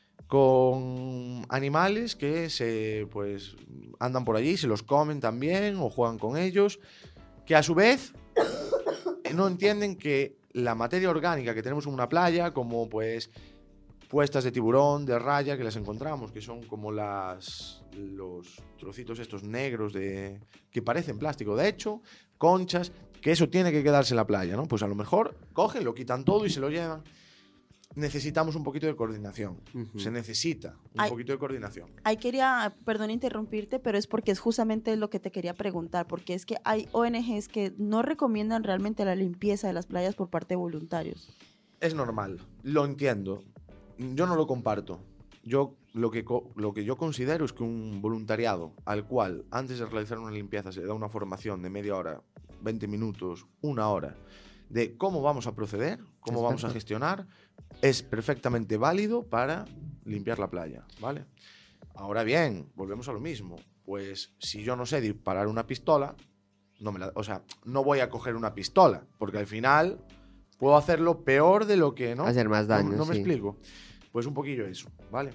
Con animales que se pues andan por allí, se los comen también o juegan con ellos, que a su vez no entienden que la materia orgánica que tenemos en una playa, como pues puestas de tiburón, de raya, que las encontramos, que son como las los trocitos estos negros de que parecen plástico, de hecho, conchas, que eso tiene que quedarse en la playa, ¿no? Pues a lo mejor cogen, lo quitan todo y se lo llevan. Necesitamos un poquito de coordinación.
Ujú.
Se necesita un
Ay.
poquito de coordinación.
Ahí quería, perdón interrumpirte, pero es porque es justamente lo que te quería preguntar, porque es que hay O N Ges que no recomiendan realmente la limpieza de las playas por parte de voluntarios.
Es normal, lo entiendo. Yo no lo comparto. Yo lo que, co- lo que yo considero es que un voluntariado al cual antes de realizar una limpieza se le da una formación de media hora, veinte minutos, una hora, de cómo vamos a proceder, cómo
Es
vamos a
verdad.
gestionar, es perfectamente válido para limpiar la playa, ¿vale? Ahora bien, volvemos a lo mismo. Pues si yo no sé disparar una pistola, no me la, o sea, no voy a coger una pistola, porque al final puedo hacerlo peor de lo que, ¿no?
Hacer más
No-
daño,
No, me
sí.
explico. Pues un poquillo eso, ¿vale?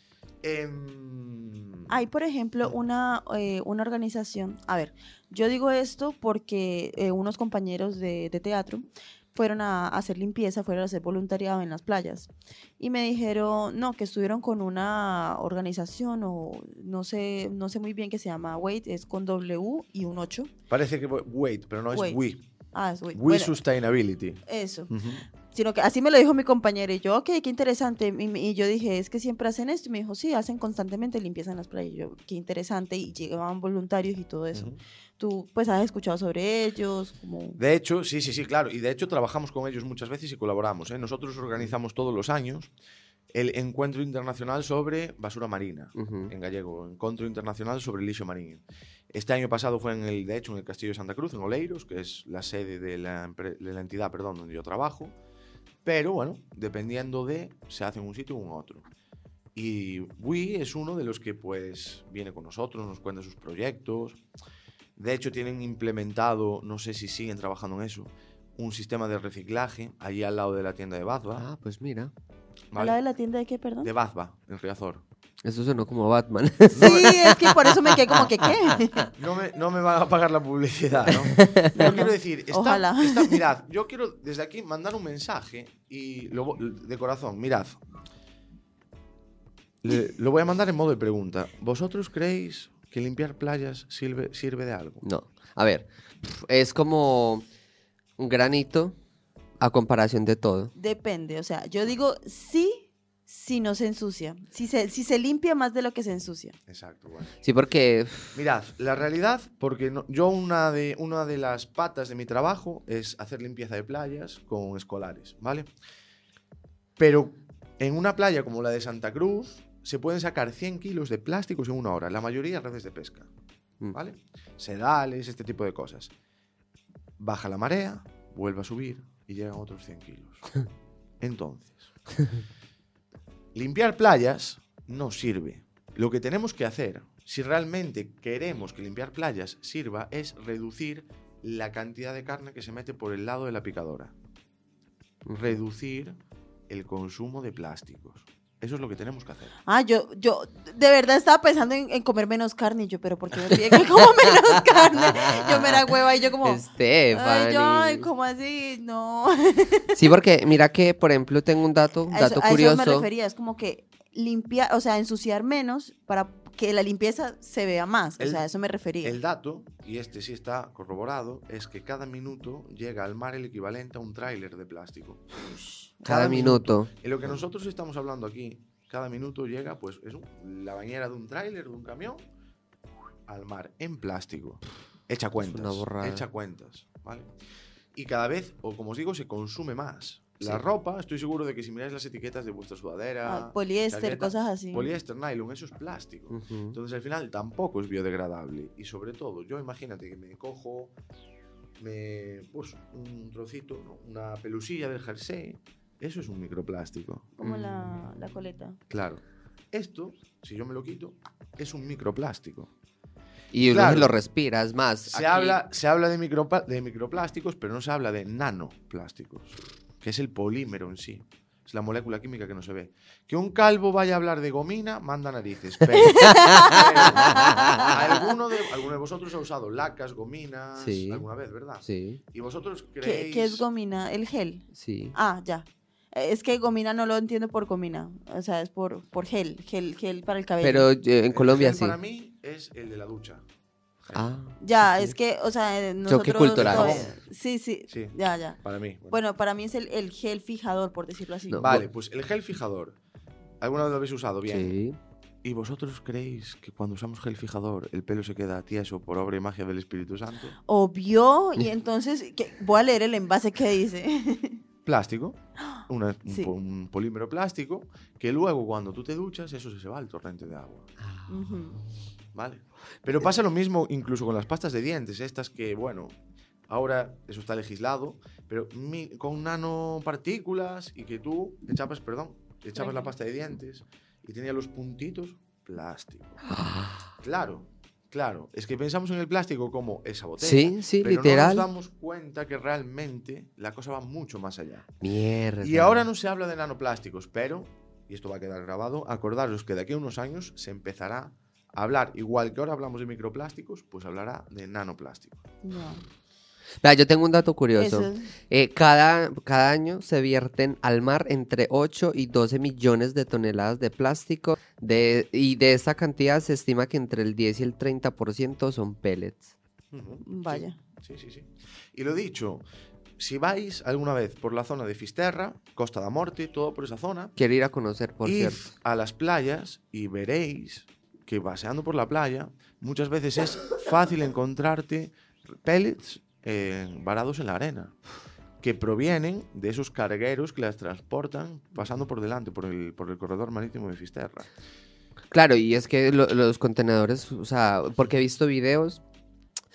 Em,
Hay, por ejemplo, una, eh, una organización, a ver, yo digo esto porque eh, unos compañeros de, de teatro fueron a, a hacer limpieza, fueron a hacer voluntariado en las playas y me dijeron, no, que estuvieron con una organización o no sé, no sé muy bien qué se llama, Wait, es con W y un ocho.
Parece que wait, pero no es
Wait.
we.
Ah, es Wait.
We
Bueno,
Sustainability.
eso.
Ujú.
Sino que así me lo dijo mi compañero y yo, ok, qué interesante. Y, y yo dije, es que siempre hacen esto. Y me dijo, sí, hacen constantemente limpieza en las playas. Y yo, qué interesante. Y llegaban voluntarios y todo eso.
Ujú.
Tú, pues, has escuchado sobre ellos, como...
De hecho, sí, sí, sí, claro. Y de hecho trabajamos con ellos muchas veces y colaboramos, ¿eh? Nosotros organizamos todos los años el Encuentro Internacional sobre Basura Marina,
Ujú.
en gallego, Encuentro Internacional sobre el Lixo Marín. Este año pasado fue, en el, de hecho, en el Castillo de Santa Cruz, en Oleiros, que es la sede de la, empre- de la entidad perdón, donde yo trabajo. Pero bueno, dependiendo de, se hace en un sitio o en otro. Y W I es uno de los que pues viene con nosotros, nos cuenta sus proyectos. De hecho, tienen implementado, no sé si siguen trabajando en eso, un sistema de reciclaje allí al lado de la tienda de Bazba.
Ah, pues mira.
¿vale?
¿A la de la tienda de qué, perdón?
De Bazba, en Riazor.
Eso sonó como Batman.
Sí, es que por eso me quedé como que, ¿qué?
No me, no me van a pagar la publicidad, ¿no? Yo quiero decir, está,
Ojalá.
está- mirad, yo quiero desde aquí mandar un mensaje y lo, de corazón, mirad. Le- lo voy a mandar en modo de pregunta. ¿Vosotros creéis que limpiar playas sirve, sirve de algo?
No. A ver, es como un granito a comparación de todo.
Depende, o sea, yo digo sí si no se ensucia, si se, si se limpia más de lo que se ensucia.
Exacto, bueno.
Sí, porque
Mirad, la realidad, porque no- yo una de, una de las patas de mi trabajo es hacer limpieza de playas con escolares, ¿vale? Pero en una playa como la de Santa Cruz se pueden sacar cien kilos de plásticos en una hora, la mayoría redes de pesca,
Mm.
¿vale? Sedales, este tipo de cosas. Baja la marea, vuelve a subir y llegan otros cien kilos. Entonces, limpiar playas no sirve. Lo que tenemos que hacer, si realmente queremos que limpiar playas sirva, es reducir la cantidad de carne que se mete por el lado de la picadora. Reducir el consumo de plásticos. Eso es lo que tenemos que hacer.
Ah, yo, yo de verdad estaba pensando en, en comer menos carne, y yo, pero ¿por qué me piden que coma menos carne? Yo me la hueva y yo como,
Stephanie.
ay, yo, ay, ¿cómo así? No.
Sí, porque mira que, por ejemplo, tengo un dato, un
A
dato
eso, a eso
curioso.
me refería, es como que limpiar, o sea, ensuciar menos para que la limpieza se vea más,
El-
o sea, a eso me refería.
El dato, y este sí está corroborado, es que cada minuto llega al mar el equivalente a un tráiler de plástico.
Cada minuto.
En lo que nosotros estamos hablando aquí, cada minuto llega, pues, es un- la bañera de un tráiler, de un camión, al mar, en plástico. Echa cuentas.
una borrada.
Echa cuentas, ¿vale? Y cada vez, o como os digo, se consume más. La
Sí.
ropa, estoy seguro de que si miráis las etiquetas de vuestra sudadera,
Ah, poliéster,
chaqueta,
cosas así.
poliéster, nylon, eso es plástico.
Ujú.
Entonces al final tampoco es biodegradable. Y sobre todo, yo imagínate que me cojo me, pues, un trocito, ¿no? Una pelusilla del jersey. Eso es un microplástico.
Como la, la coleta.
Claro. Esto, si yo me lo quito, es un microplástico.
Y uno
Claro.
se lo respira, es más.
Se
aquí-
habla, se habla de, micropa- de microplásticos, pero no se habla de nanoplásticos, que es el polímero en sí. Es la molécula química que no se ve. Que un calvo vaya a hablar de gomina, manda narices. Pero, pero, ¿alguno, de, ¿Alguno de vosotros ha usado lacas, gominas
Sí.
alguna vez, verdad?
Sí,
¿Y vosotros
¿Qué,
creéis...?
qué es gomina? El gel.
sí.
Ah, ya. Eh, Es que gomina no lo entiendo por gomina. O sea, es por, por gel. Gel, gel para el cabello.
Pero eh, en
El
Colombia
gel
sí.
Para mí es el de la ducha.
Ah,
Ya,
ok.
es que, o sea, eh, nosotros...
cultural.
todavía- Sí, sí,
Sí.
ya, ya.
Para mí. Bueno.
Bueno, para mí es el, el gel fijador, por decirlo así.
No.
Vale, pues el gel fijador. ¿Alguna vez lo habéis usado? Bien.
Sí.
¿Y vosotros creéis que cuando usamos gel fijador el pelo se queda tieso por obra y magia del Espíritu Santo?
Obvio, y entonces, ¿qué? Voy a leer el envase que dice.
Plástico, una- un,
Sí.
po- un polímero plástico, que luego cuando tú te duchas eso se va al torrente de agua.
Ujú.
¿Vale? Pero pasa lo mismo incluso con las pastas de dientes, estas que, bueno, ahora eso está legislado, pero mi- con nanopartículas y que tú echabas, perdón, echabas la
Tranquilo.
pasta de dientes y tenía los puntitos plástico. Claro, claro. Es que pensamos en el plástico como esa botella.
Sí, sí,
pero
literal.
no nos damos cuenta que realmente la cosa va mucho más allá.
Mierda.
Y ahora no se habla de nanoplásticos, pero, y esto va a quedar grabado, acordaros que de aquí a unos años se empezará a hablar, igual que ahora hablamos de microplásticos, pues hablará de nanoplásticos.
Ya.
Vea, yo tengo un dato curioso.
Eso es-
Eh, cada, cada año se vierten al mar entre ocho y doce millones de toneladas de plástico de, y de esa cantidad se estima que entre el diez y el treinta por ciento son pellets.
Ujú,
Vaya.
Sí, sí, sí. Y lo dicho, si vais alguna vez por la zona de Fisterra, Costa da Morte, todo por esa zona,
Quiero ir a conocer, por
id
cierto.
a las playas y veréis que paseando por la playa muchas veces es fácil encontrarte pellets eh, varados en la arena que provienen de esos cargueros que las transportan pasando por delante, por el, por el corredor marítimo de Fisterra.
Claro, y es que lo- los contenedores, o sea, porque he visto videos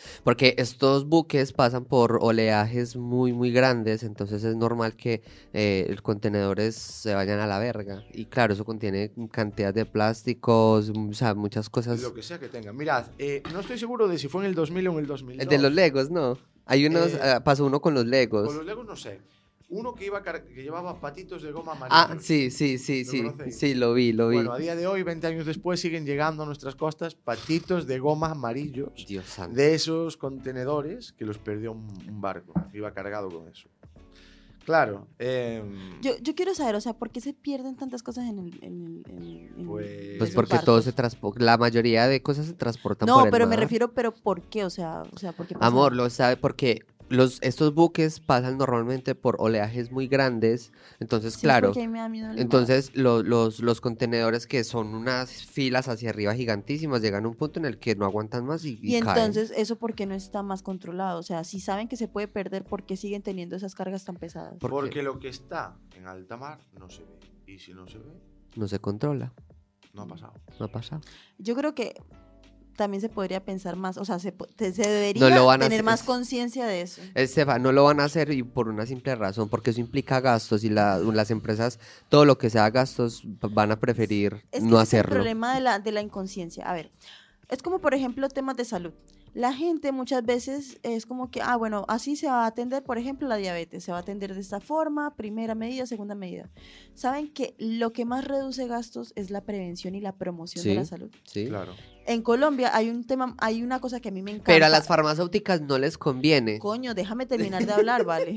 Porque estos buques pasan por oleajes muy, muy grandes, entonces es normal que eh, los contenedores se vayan a la verga. Y claro, eso contiene cantidad de plásticos, mm, o sea, muchas cosas.
Lo que sea que tenga. Mirad, eh, no estoy seguro de si fue en el dos mil o en el dos mil dos.
El de los Legos, ¿no? Hay unos,
Eh,
ah, pasó uno con los Legos.
Con los Legos no sé. Uno que, iba car- que llevaba patitos de goma
Ah,
amarillos.
sí, sí, sí,
¿Lo
sí,
conocéis?
sí, lo vi, lo vi.
Bueno, a día de hoy, veinte años después, siguen llegando a nuestras costas patitos de goma amarillos
Dios santo.
de esos contenedores que los perdió un, un barco. Iba cargado con eso. Claro. Eh,
Yo, yo quiero saber, o sea, ¿por qué se pierden tantas cosas en el... En, el- en- en
Pues-
Pues
esos
porque todo
barcos?
se transporta, la mayoría de cosas se transportan
No,
por el
pero me
mar.
refiero, pero ¿por qué? O sea, o sea, ¿por qué pasa?
Amor, lo sabe porque los, estos buques pasan normalmente por oleajes muy grandes, entonces
Sí,
claro,
porque a mí me da miedo el mar.
entonces lo- los, los contenedores que son unas filas hacia arriba gigantísimas llegan a un punto en el que no aguantan más y, y
Y
caen.
entonces, ¿eso por qué no está más controlado? O sea, si saben que se puede perder, ¿por qué siguen teniendo esas cargas tan pesadas?
¿Por qué?
porque lo que está en alta mar no se ve. Y si no se ve,
No se controla,
no ha pasado.
no ha pasado.
Yo creo que también se podría pensar más, o sea, se, po- te- se debería
No lo van a
tener
hacer,
más
es-
conciencia de eso.
Esteban, no lo van a hacer y por una simple razón, porque eso implica gastos y la- las empresas, todo lo que sea gastos, van a preferir
Es que
no
ese es el
hacerlo.
problema de la, de la inconsciencia. A ver, es como, por ejemplo, temas de salud. La gente muchas veces es como que, ah, bueno, así se va a atender, por ejemplo, la diabetes. Se va a atender de esta forma, primera medida, segunda medida. Saben que lo que más reduce gastos es la prevención y la promoción de
Sí.
la salud.
¿Sí?
Claro.
En Colombia hay un tema, hay una cosa que a mí me encanta.
Pero a las farmacéuticas no les conviene.
Coño, déjame terminar de hablar, ¿vale?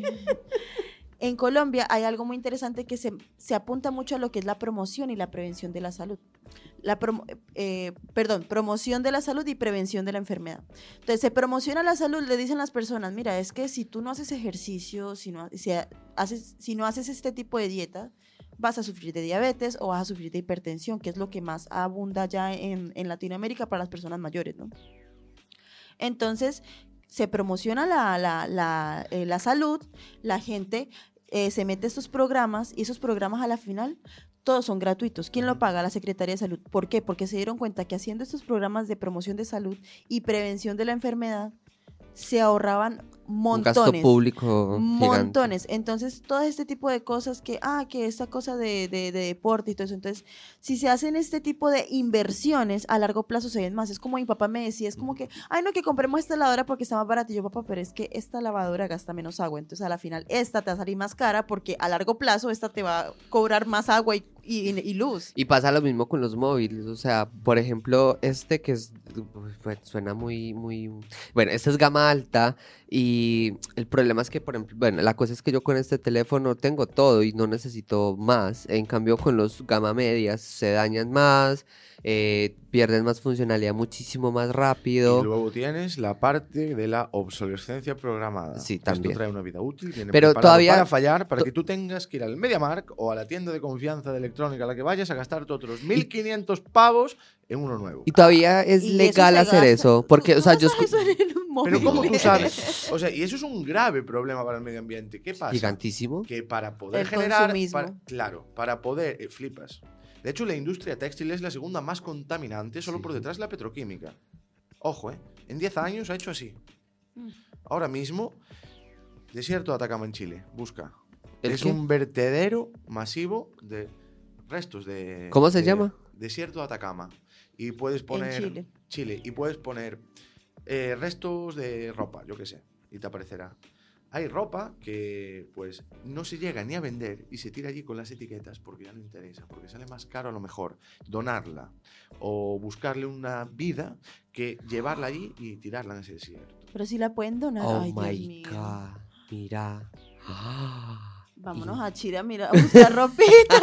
En Colombia hay algo muy interesante que se, se apunta mucho a lo que es la promoción y la prevención de la salud. La promo- eh, perdón, promoción de la salud y prevención de la enfermedad. Entonces, se promociona la salud, le dicen las personas, mira, es que si tú no haces ejercicio, si no, si haces, si no haces este tipo de dieta, vas a sufrir de diabetes o vas a sufrir de hipertensión, que es lo que más abunda ya en, en Latinoamérica para las personas mayores, ¿no? Entonces, se promociona la, la, la, eh, la salud, la gente eh, se mete a estos programas y esos programas a la final todos son gratuitos. ¿Quién lo paga? La Secretaría de Salud. ¿Por qué? Porque se dieron cuenta que haciendo estos programas de promoción de salud y prevención de la enfermedad se ahorraban montones.
Un gasto público gigante.
Montones. Entonces, todo este tipo de cosas que, ah, que esta cosa de, de, de deporte y todo eso. Entonces, si se hacen este tipo de inversiones, a largo plazo se ven más. Es como mi papá me decía, es como que, ay, no, que compremos esta lavadora porque está más barata. Y yo, papá, pero es que esta lavadora gasta menos agua. Entonces, a la final, esta te va a salir más cara porque a largo plazo esta te va a cobrar más agua y, y, y luz.
Y pasa lo mismo con los móviles, o sea, por ejemplo, este que es, pues, suena muy, muy, bueno, este es gama alta y el problema es que, por ejemplo, bueno, la cosa es que yo con este teléfono tengo todo y no necesito más, en cambio con los gama medias se dañan más, eh, pierden más funcionalidad muchísimo más rápido.
Y luego tienes la parte de la obsolescencia programada.
Sí, también.
Esto trae una vida útil, viene
Pero
preparado
todavía-
para fallar, para
to-
que tú tengas que ir al MediaMarkt o a la tienda de confianza de electrónica a la que vayas a gastarte otros mil quinientos pavos en uno nuevo.
Y todavía es
Y eso
legal
se
hacer
gasta-
eso, porque,
¿Tú-
o sea,
tú
yo...
gastas
escu-
eso en un móvil?
Pero ¿cómo tú sabes? O sea, y eso es un grave problema para el medio ambiente. ¿Qué pasa?
Gigantísimo.
Que para poder
El
generar...
consumismo.
para- claro, para poder... eh, flipas. De hecho, la industria textil es la segunda más contaminante solo
Sí.
por detrás de la petroquímica. Ojo, ¿eh? En diez años ha hecho así.
Mm.
Ahora mismo, desierto de Atacama en Chile. Busca.
¿El
Es
qué?
un vertedero masivo de restos de...
¿Cómo se
de-
llama?
Desierto de Atacama. Y puedes poner...
Chile.
Chile. Y puedes poner eh, restos de ropa, yo qué sé. Y te aparecerá. Hay ropa que pues no se llega ni a vender y se tira allí con las etiquetas porque ya no interesa, porque sale más caro a lo mejor donarla o buscarle una vida que llevarla allí y tirarla en ese desierto.
Pero si la pueden donar.
Oh
Ay, Dios
my
mío.
God, mira. Ah.
Vámonos a Chile a mirar, a buscar ropita.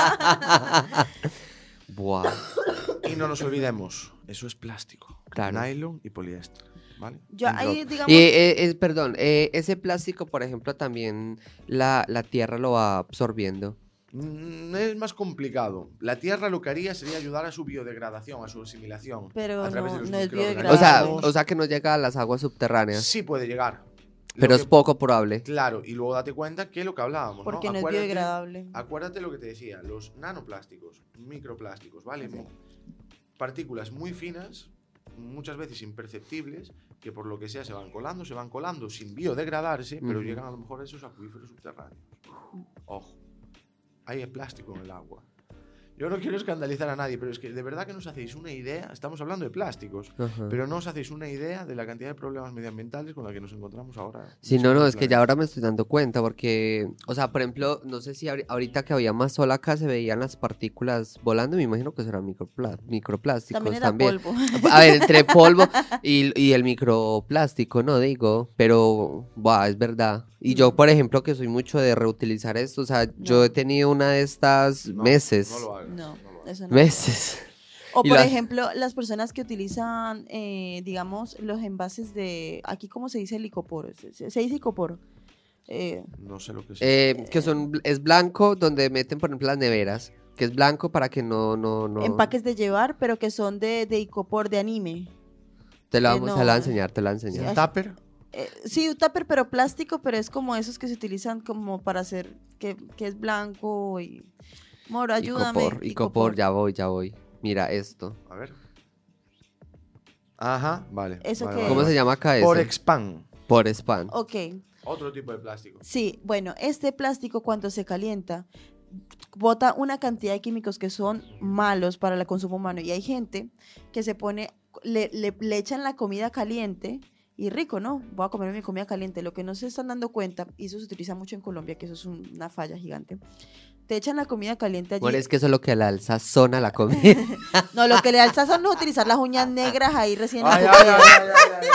Buah.
Y no nos olvidemos, eso es plástico,
Claro.
nylon y poliéster, ¿vale?
Yo
Entre
ahí,
otros.
digamos,
Y, eh, eh, perdón, eh, ese plástico, por ejemplo, también la, la tierra lo va absorbiendo.
Mm, es más complicado. La tierra lo que haría sería ayudar a su biodegradación, a su asimilación.
Pero
a través
no-
de los
no es
microorganismos.
O sea,
Claro.
o sea que no llega a las aguas subterráneas.
Sí puede llegar. Lo
Pero
que-
es poco probable.
Claro, y luego date cuenta que lo que hablábamos,
porque no,
¿no?
es
Acuérdate-
biodegradable.
Acuérdate lo que te decía, los nanoplásticos, microplásticos, ¿vale?
Sí.
Partículas muy finas muchas veces imperceptibles, que por lo que sea se van colando, se van colando sin biodegradarse, pero
Ujú.
llegan a lo mejor a esos acuíferos subterráneos. Ojo, hay plástico en el agua. Yo no quiero escandalizar a nadie, pero es que de verdad que no os hacéis una idea, estamos hablando de plásticos,
Ajá.
pero no os hacéis una idea de la cantidad de problemas medioambientales con la que nos encontramos ahora.
Sí,
en
no, no,
el
es que ya
planeta.
ahora me estoy dando cuenta porque, o sea, por ejemplo, no sé si ahori- ahorita que había más sol acá se veían las partículas volando, me imagino que serán micropla- microplásticos
También era
también.
polvo.
A ver, entre polvo y, y el microplástico, no digo, pero, buah, es verdad. Y yo,
No.
por ejemplo, que soy mucho de reutilizar esto, o sea, yo
No.
he tenido una de estas
No,
meses,
No lo hagas.
No,
no lo hagas.
eso no se hace.
meses.
O
Y
por
las-
ejemplo, las personas que utilizan, eh, digamos, los envases de, aquí cómo se dice el icoporo, se, se- se dice icoporo. Eh,
No sé lo que es.
Eh, que son, es blanco donde meten, por ejemplo, las neveras, que es blanco para que no, no, no.
Empaques de llevar, pero que son de, de icopor, de anime.
Te la
eh,
vamos
no.
a la enseñar, te la
¿Un
enseñar.
ay.
tupper?
Eh, sí, un tupper, pero plástico, pero es como esos que se utilizan como para hacer, que, que es blanco y... Moro, ayúdame.
Icopor, Icopor, ya voy, ya voy. Mira esto.
A ver. Ajá, vale.
¿Eso
vale,
qué
vale,
¿Cómo
vale.
se llama acá eso?
Por expand.
Por spam.
Ok,
Otro tipo de plástico.
sí, bueno, este plástico cuando se calienta bota una cantidad de químicos que son malos para el consumo humano y hay gente que se pone, le, le, le echan la comida caliente y rico, ¿no? Voy a comer mi comida caliente. Lo que no se están dando cuenta, y eso se utiliza mucho en Colombia, que eso es un- una falla gigante, te echan la comida caliente allí.
Bueno, es que eso es lo que le alza zona a la comida.
No, lo que le alza son no utilizar las uñas negras ahí recién
Ay, ay,
escogidas.
ay, ay, ay,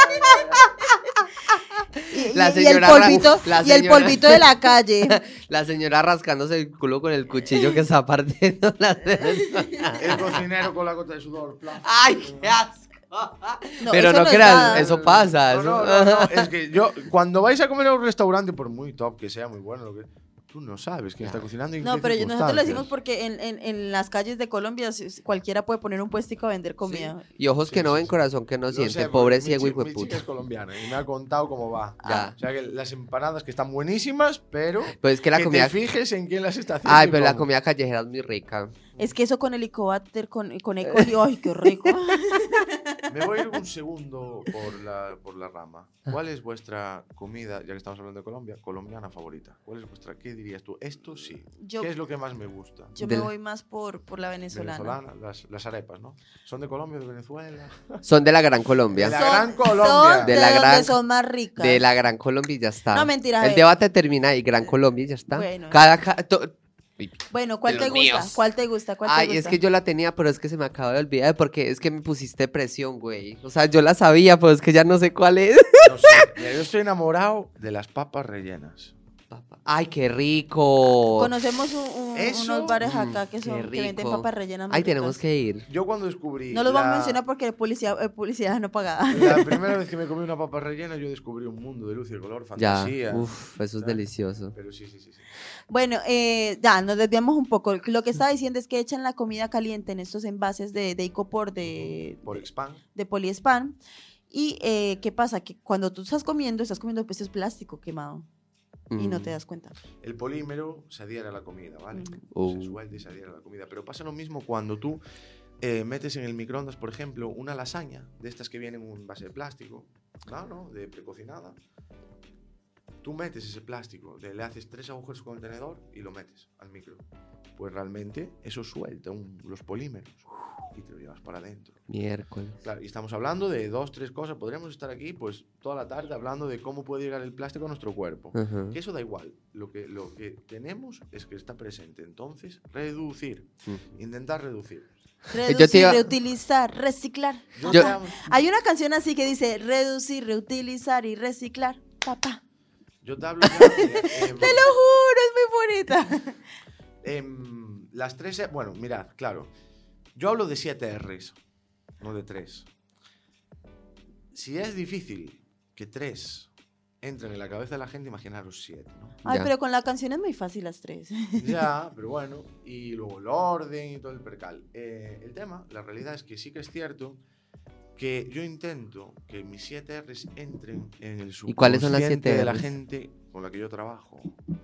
ay,
Y, y-
La
y el
señora Ra-
polvito,
la
y el
señora-
polvito de la calle.
La señora rascándose el culo con el cuchillo que está partiendo la
ay. El cocinero con la gota de sudor. plan.
¡Ay, qué asco!
No,
Pero
eso
no
es
creas,
nada.
eso pasa.
No,
eso-
no, no, no, es que yo, cuando vais a comer a un restaurante, por muy top que sea, muy bueno, lo que, tú no sabes quién está cocinando y en
No,
qué
pero yo- nosotros lo decimos
circunstancias.
porque en, en, en las calles de Colombia si- si cualquiera puede poner un puestico a vender comida.
Y ojos
Sí,
que no
sí,
ven,
sí.
corazón que no
Lo
siente.
sé,
Pobre
porque
ciego
mi
hijo de
chi- Mi chica
puta.
es colombiana y me ha contado cómo va.
Ya.
O sea, que las empanadas que están buenísimas, pero
Pues es que la
que
comida.
te fijes en quién las está haciendo.
Ay,
y
pero la
cómo.
comida callejera es muy rica.
Es que eso con el helicóptero, con, con E. coli, ¡ay, qué rico!
Me voy a ir un segundo por la, por la rama. ¿Cuál es vuestra comida, ya que estamos hablando de Colombia, colombiana favorita? ¿Cuál es vuestra? ¿Qué dirías tú? Esto sí.
Yo,
¿Qué es lo que más me gusta?
yo
Del-
me voy más por, por la venezolana.
Venezolana, las, las arepas, ¿no? ¿Son de Colombia o de Venezuela?
Son de la Gran Colombia.
De la
Son-
Gran Colombia.
Son de,
De la
donde
gran-
son más ricas.
De la Gran Colombia y ya está.
No, mentira, a
El
ver.
debate termina y Gran Colombia y ya está.
Bueno.
Cada, ca- to-
Bueno, ¿cuál
de
te
los
gusta?
míos.
¿Cuál te gusta? ¿Cuál te
Ay,
gusta?
es que yo la tenía, pero es que se me acaba de olvidar porque es que me pusiste presión, güey. O sea, yo la sabía, pero es que ya no sé cuál es.
No sé. Mira, yo estoy enamorado de las papas rellenas.
Ay, qué rico.
Conocemos un- un-
Eso,
unos bares
mm,
acá que,
qué
son, que venden
rico.
papas rellenas. muy
Ay, tenemos
ricas.
que ir.
Yo cuando descubrí.
No los vamos a
la-
mencionar porque es publicidad, es publicidad no pagada.
La primera vez que me comí una papa rellena, yo descubrí un mundo de luz y de color,
Ya,
fantasía.
uf, eso es
tal.
delicioso.
Pero sí, sí, sí. sí.
Bueno, eh, ya, nos desviamos un poco. Lo que estaba diciendo es que echan la comida caliente en estos envases de, de icopor, de,
Por
de,
expand.
de poliespan. Y eh, ¿qué pasa? Que cuando tú estás comiendo, estás comiendo peces plástico quemado y no te
Mm.
das cuenta.
El polímero se adhiere a la comida, ¿vale?
Uh.
Se suelta y se adhiere a la comida. Pero pasa lo mismo cuando tú eh, metes en el microondas, por ejemplo, una lasaña de estas que vienen en un base de plástico, no, no, de precocinada. Tú metes ese plástico, le, le haces tres agujeros con el tenedor y lo metes al micro. Pues realmente eso suelta un- los polímeros y te lo llevas para adentro.
Miércoles.
Claro, y estamos hablando de dos, tres cosas. Podríamos estar aquí pues toda la tarde hablando de cómo puede llegar el plástico a nuestro cuerpo.
Ajá.
Que eso da igual. Lo que, lo que tenemos es que está presente. Entonces, reducir.
Mm.
Intentar reducir.
Reducir,
te iba-
reutilizar, reciclar.
Yo,
Yo-
te amo,
Hay una canción así que dice reducir, reutilizar y reciclar. Papá.
yo te hablo ya de, em,
Te lo juro, es muy bonita.
em, las tres... E- Bueno, mirad, claro. Yo hablo de siete R's, no de tres. Si es difícil que tres entren en la cabeza de la gente, imaginaros siete, ¿no?
Ay,
Ya.
pero con la canción es muy fácil las tres.
Ya, pero bueno, y luego el orden y todo el percal. Eh, el tema, la realidad es que sí que es cierto que yo intento que mis siete R's entren en el
¿Y cuáles son las
subconsciente
siete
de la
R's?
gente con la que yo trabajo.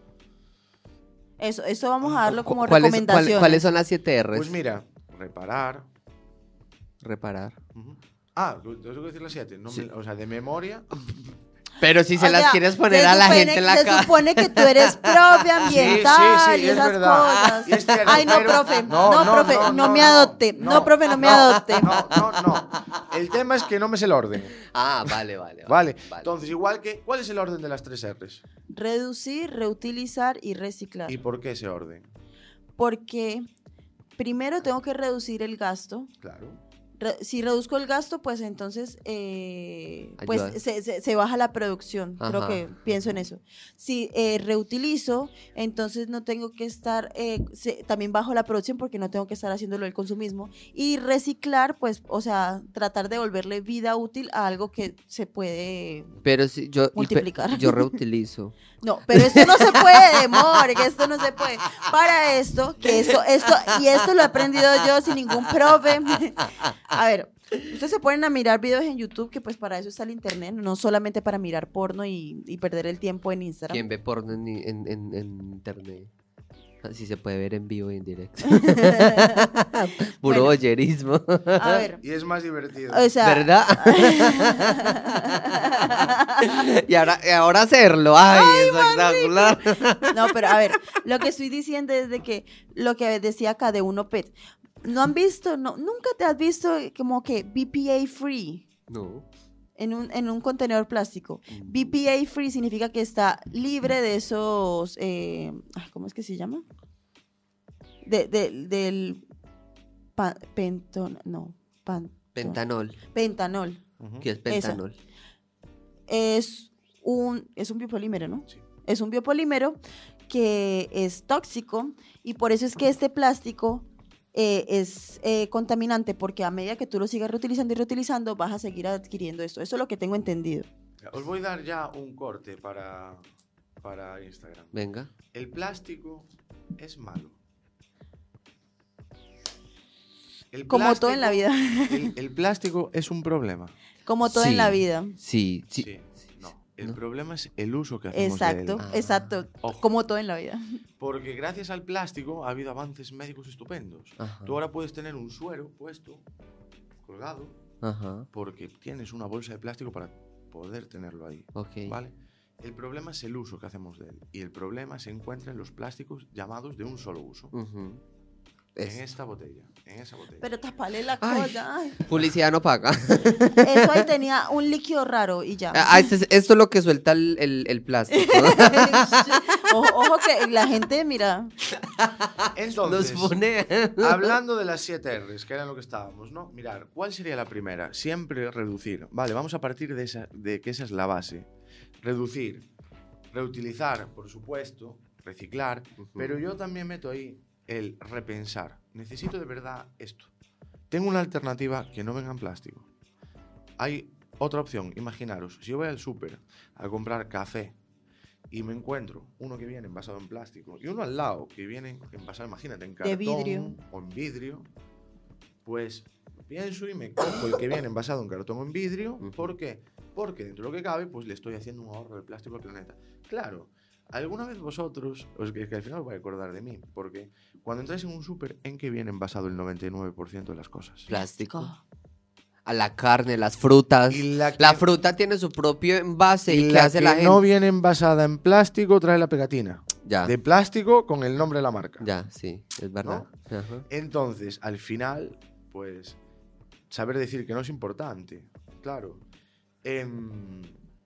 Eso, eso vamos a darlo como
¿Cuáles, cuál-
recomendaciones.
cuáles son las siete R's?
Pues mira, reparar,
Reparar.
ujú, Ah, ¿tengo que decir las siete? No
Sí.
me- o sea, de memoria.
Pero si se
O
las
sea,
quieres poner
se
a la
supone-
gente en la
Se
cara.
supone que tú eres profe ambiental
sí, sí,
y
es
esas
verdad.
cosas.
Y es cierto,
Ay, no,
pero-
profe.
No,
No,
no,
profe,
no,
no,
no,
me
no,
adopte. No,
no,
profe, no me
no,
adopte.
No, no, no. El tema es que no me sé el orden.
Ah, vale, vale.
Vale.
vale.
Entonces, igual que. ¿Cuál es el orden de las tres R's?
Reducir, reutilizar y reciclar.
¿Y por qué ese orden?
Porque primero tengo que reducir el gasto.
Claro.
Re- si reduzco el gasto, pues entonces eh,
Ayuda.
pues se, se- se baja la producción. Creo
Ajá.
que pienso en eso. Si eh, reutilizo, entonces no tengo que estar, eh, se- también bajo la producción porque no tengo que estar haciéndolo el consumismo. Y reciclar, pues, o sea, tratar de devolverle vida útil a algo que se puede...
Pero si yo, y pe-
Multiplicar.
yo reutilizo.
No, pero esto no se puede, amor, que esto no se puede. Para esto, que esto, esto, y esto lo he aprendido yo sin ningún profe. A ver, ustedes se ponen a mirar videos en YouTube, que pues para eso está el internet, no solamente para mirar porno y, y perder el tiempo en Instagram.
¿Quién ve porno en, en, en- en internet? Así se puede ver en vivo y en directo. Puro
Bueno.
boyerismo.
A ver,
Y es más divertido.
o sea...
¿Verdad? y, ahora, y ahora hacerlo. ¡Ay, espectacular!
No, pero a ver, lo que estoy diciendo es de que lo que decía acá de uno pet, ¿no han visto, no, nunca te has visto como que B P A free?
No.
En un, en un contenedor plástico. B P A free significa que está libre de esos, eh, ay, ¿cómo es que se llama? De, de- del pa- penton, no, pan-
Pentanol.
pentanol.
Ujú.
¿Qué es pentanol?
Es un, es un biopolímero, ¿no?
Sí.
Es un biopolímero que es tóxico y por eso es que este plástico eh, es eh, contaminante, porque a medida que tú lo sigas reutilizando y reutilizando vas a seguir adquiriendo esto. Eso es lo que tengo entendido.
Os voy a dar ya un corte para, para Instagram.
Venga.
El plástico es malo. El
Como todo en la vida.
El, el plástico es un problema.
Como todo en la
Sí.
vida.
Sí, sí.
Sí. No. El
¿No?
problema es el uso que hacemos
Exacto,
de él.
Ah.
exacto.
Ojo.
Como todo en la vida.
Porque gracias al plástico ha habido avances médicos estupendos.
Ajá.
Tú ahora puedes tener un suero puesto, colgado,
Ajá.
porque tienes una bolsa de plástico para poder tenerlo ahí.
Ok.
¿Vale? El problema es el uso que hacemos de él. Y el problema se encuentra en los plásticos llamados de un solo uso.
Ujú.
En
Es-
esta botella. En esa botella.
Pero tapale la
Ay.
cosa. Ay.
Publicidad no paga.
Eso ahí tenía un líquido raro y ya.
Ah, este es- esto es lo que suelta el, el- el plástico.
ojo, ojo que la gente, mira,
Nos
Entonces,
pone.
hablando de las siete R's, que era en lo que estábamos, ¿no? Mirar, ¿cuál sería la primera? Siempre reducir. Vale, vamos a partir de, esa, de que esa es la base. Reducir, reutilizar, por supuesto, reciclar,
Ujú.
pero yo también meto ahí el repensar. Necesito de verdad esto. Tengo una alternativa que no venga en plástico. Hay otra opción, imaginaros, si yo voy al súper a comprar café y me encuentro uno que viene envasado en plástico y uno al lado que viene envasado, imagínate, en cartón
vidrio.
o en vidrio, pues pienso y me cojo el que viene envasado en cartón o en vidrio.
Ujú.
¿Por qué? Porque dentro de lo que cabe, pues le estoy haciendo un ahorro de plástico al planeta. Claro, alguna vez vosotros, os, que, que al final os vais a acordar de mí, porque cuando entráis en un súper, ¿en qué viene envasado el noventa y nueve por ciento de las cosas?
Plástico. A la carne, las frutas.
Y la, que,
La fruta tiene su propio envase. ¿Y,
y
qué
la
hace
que
la gente?
no viene envasada en plástico trae la pegatina.
Ya.
De plástico con el nombre de la marca.
Ya, sí, es verdad. Ajá.
Entonces, al final, pues, saber decir que no es importante. Claro. Em,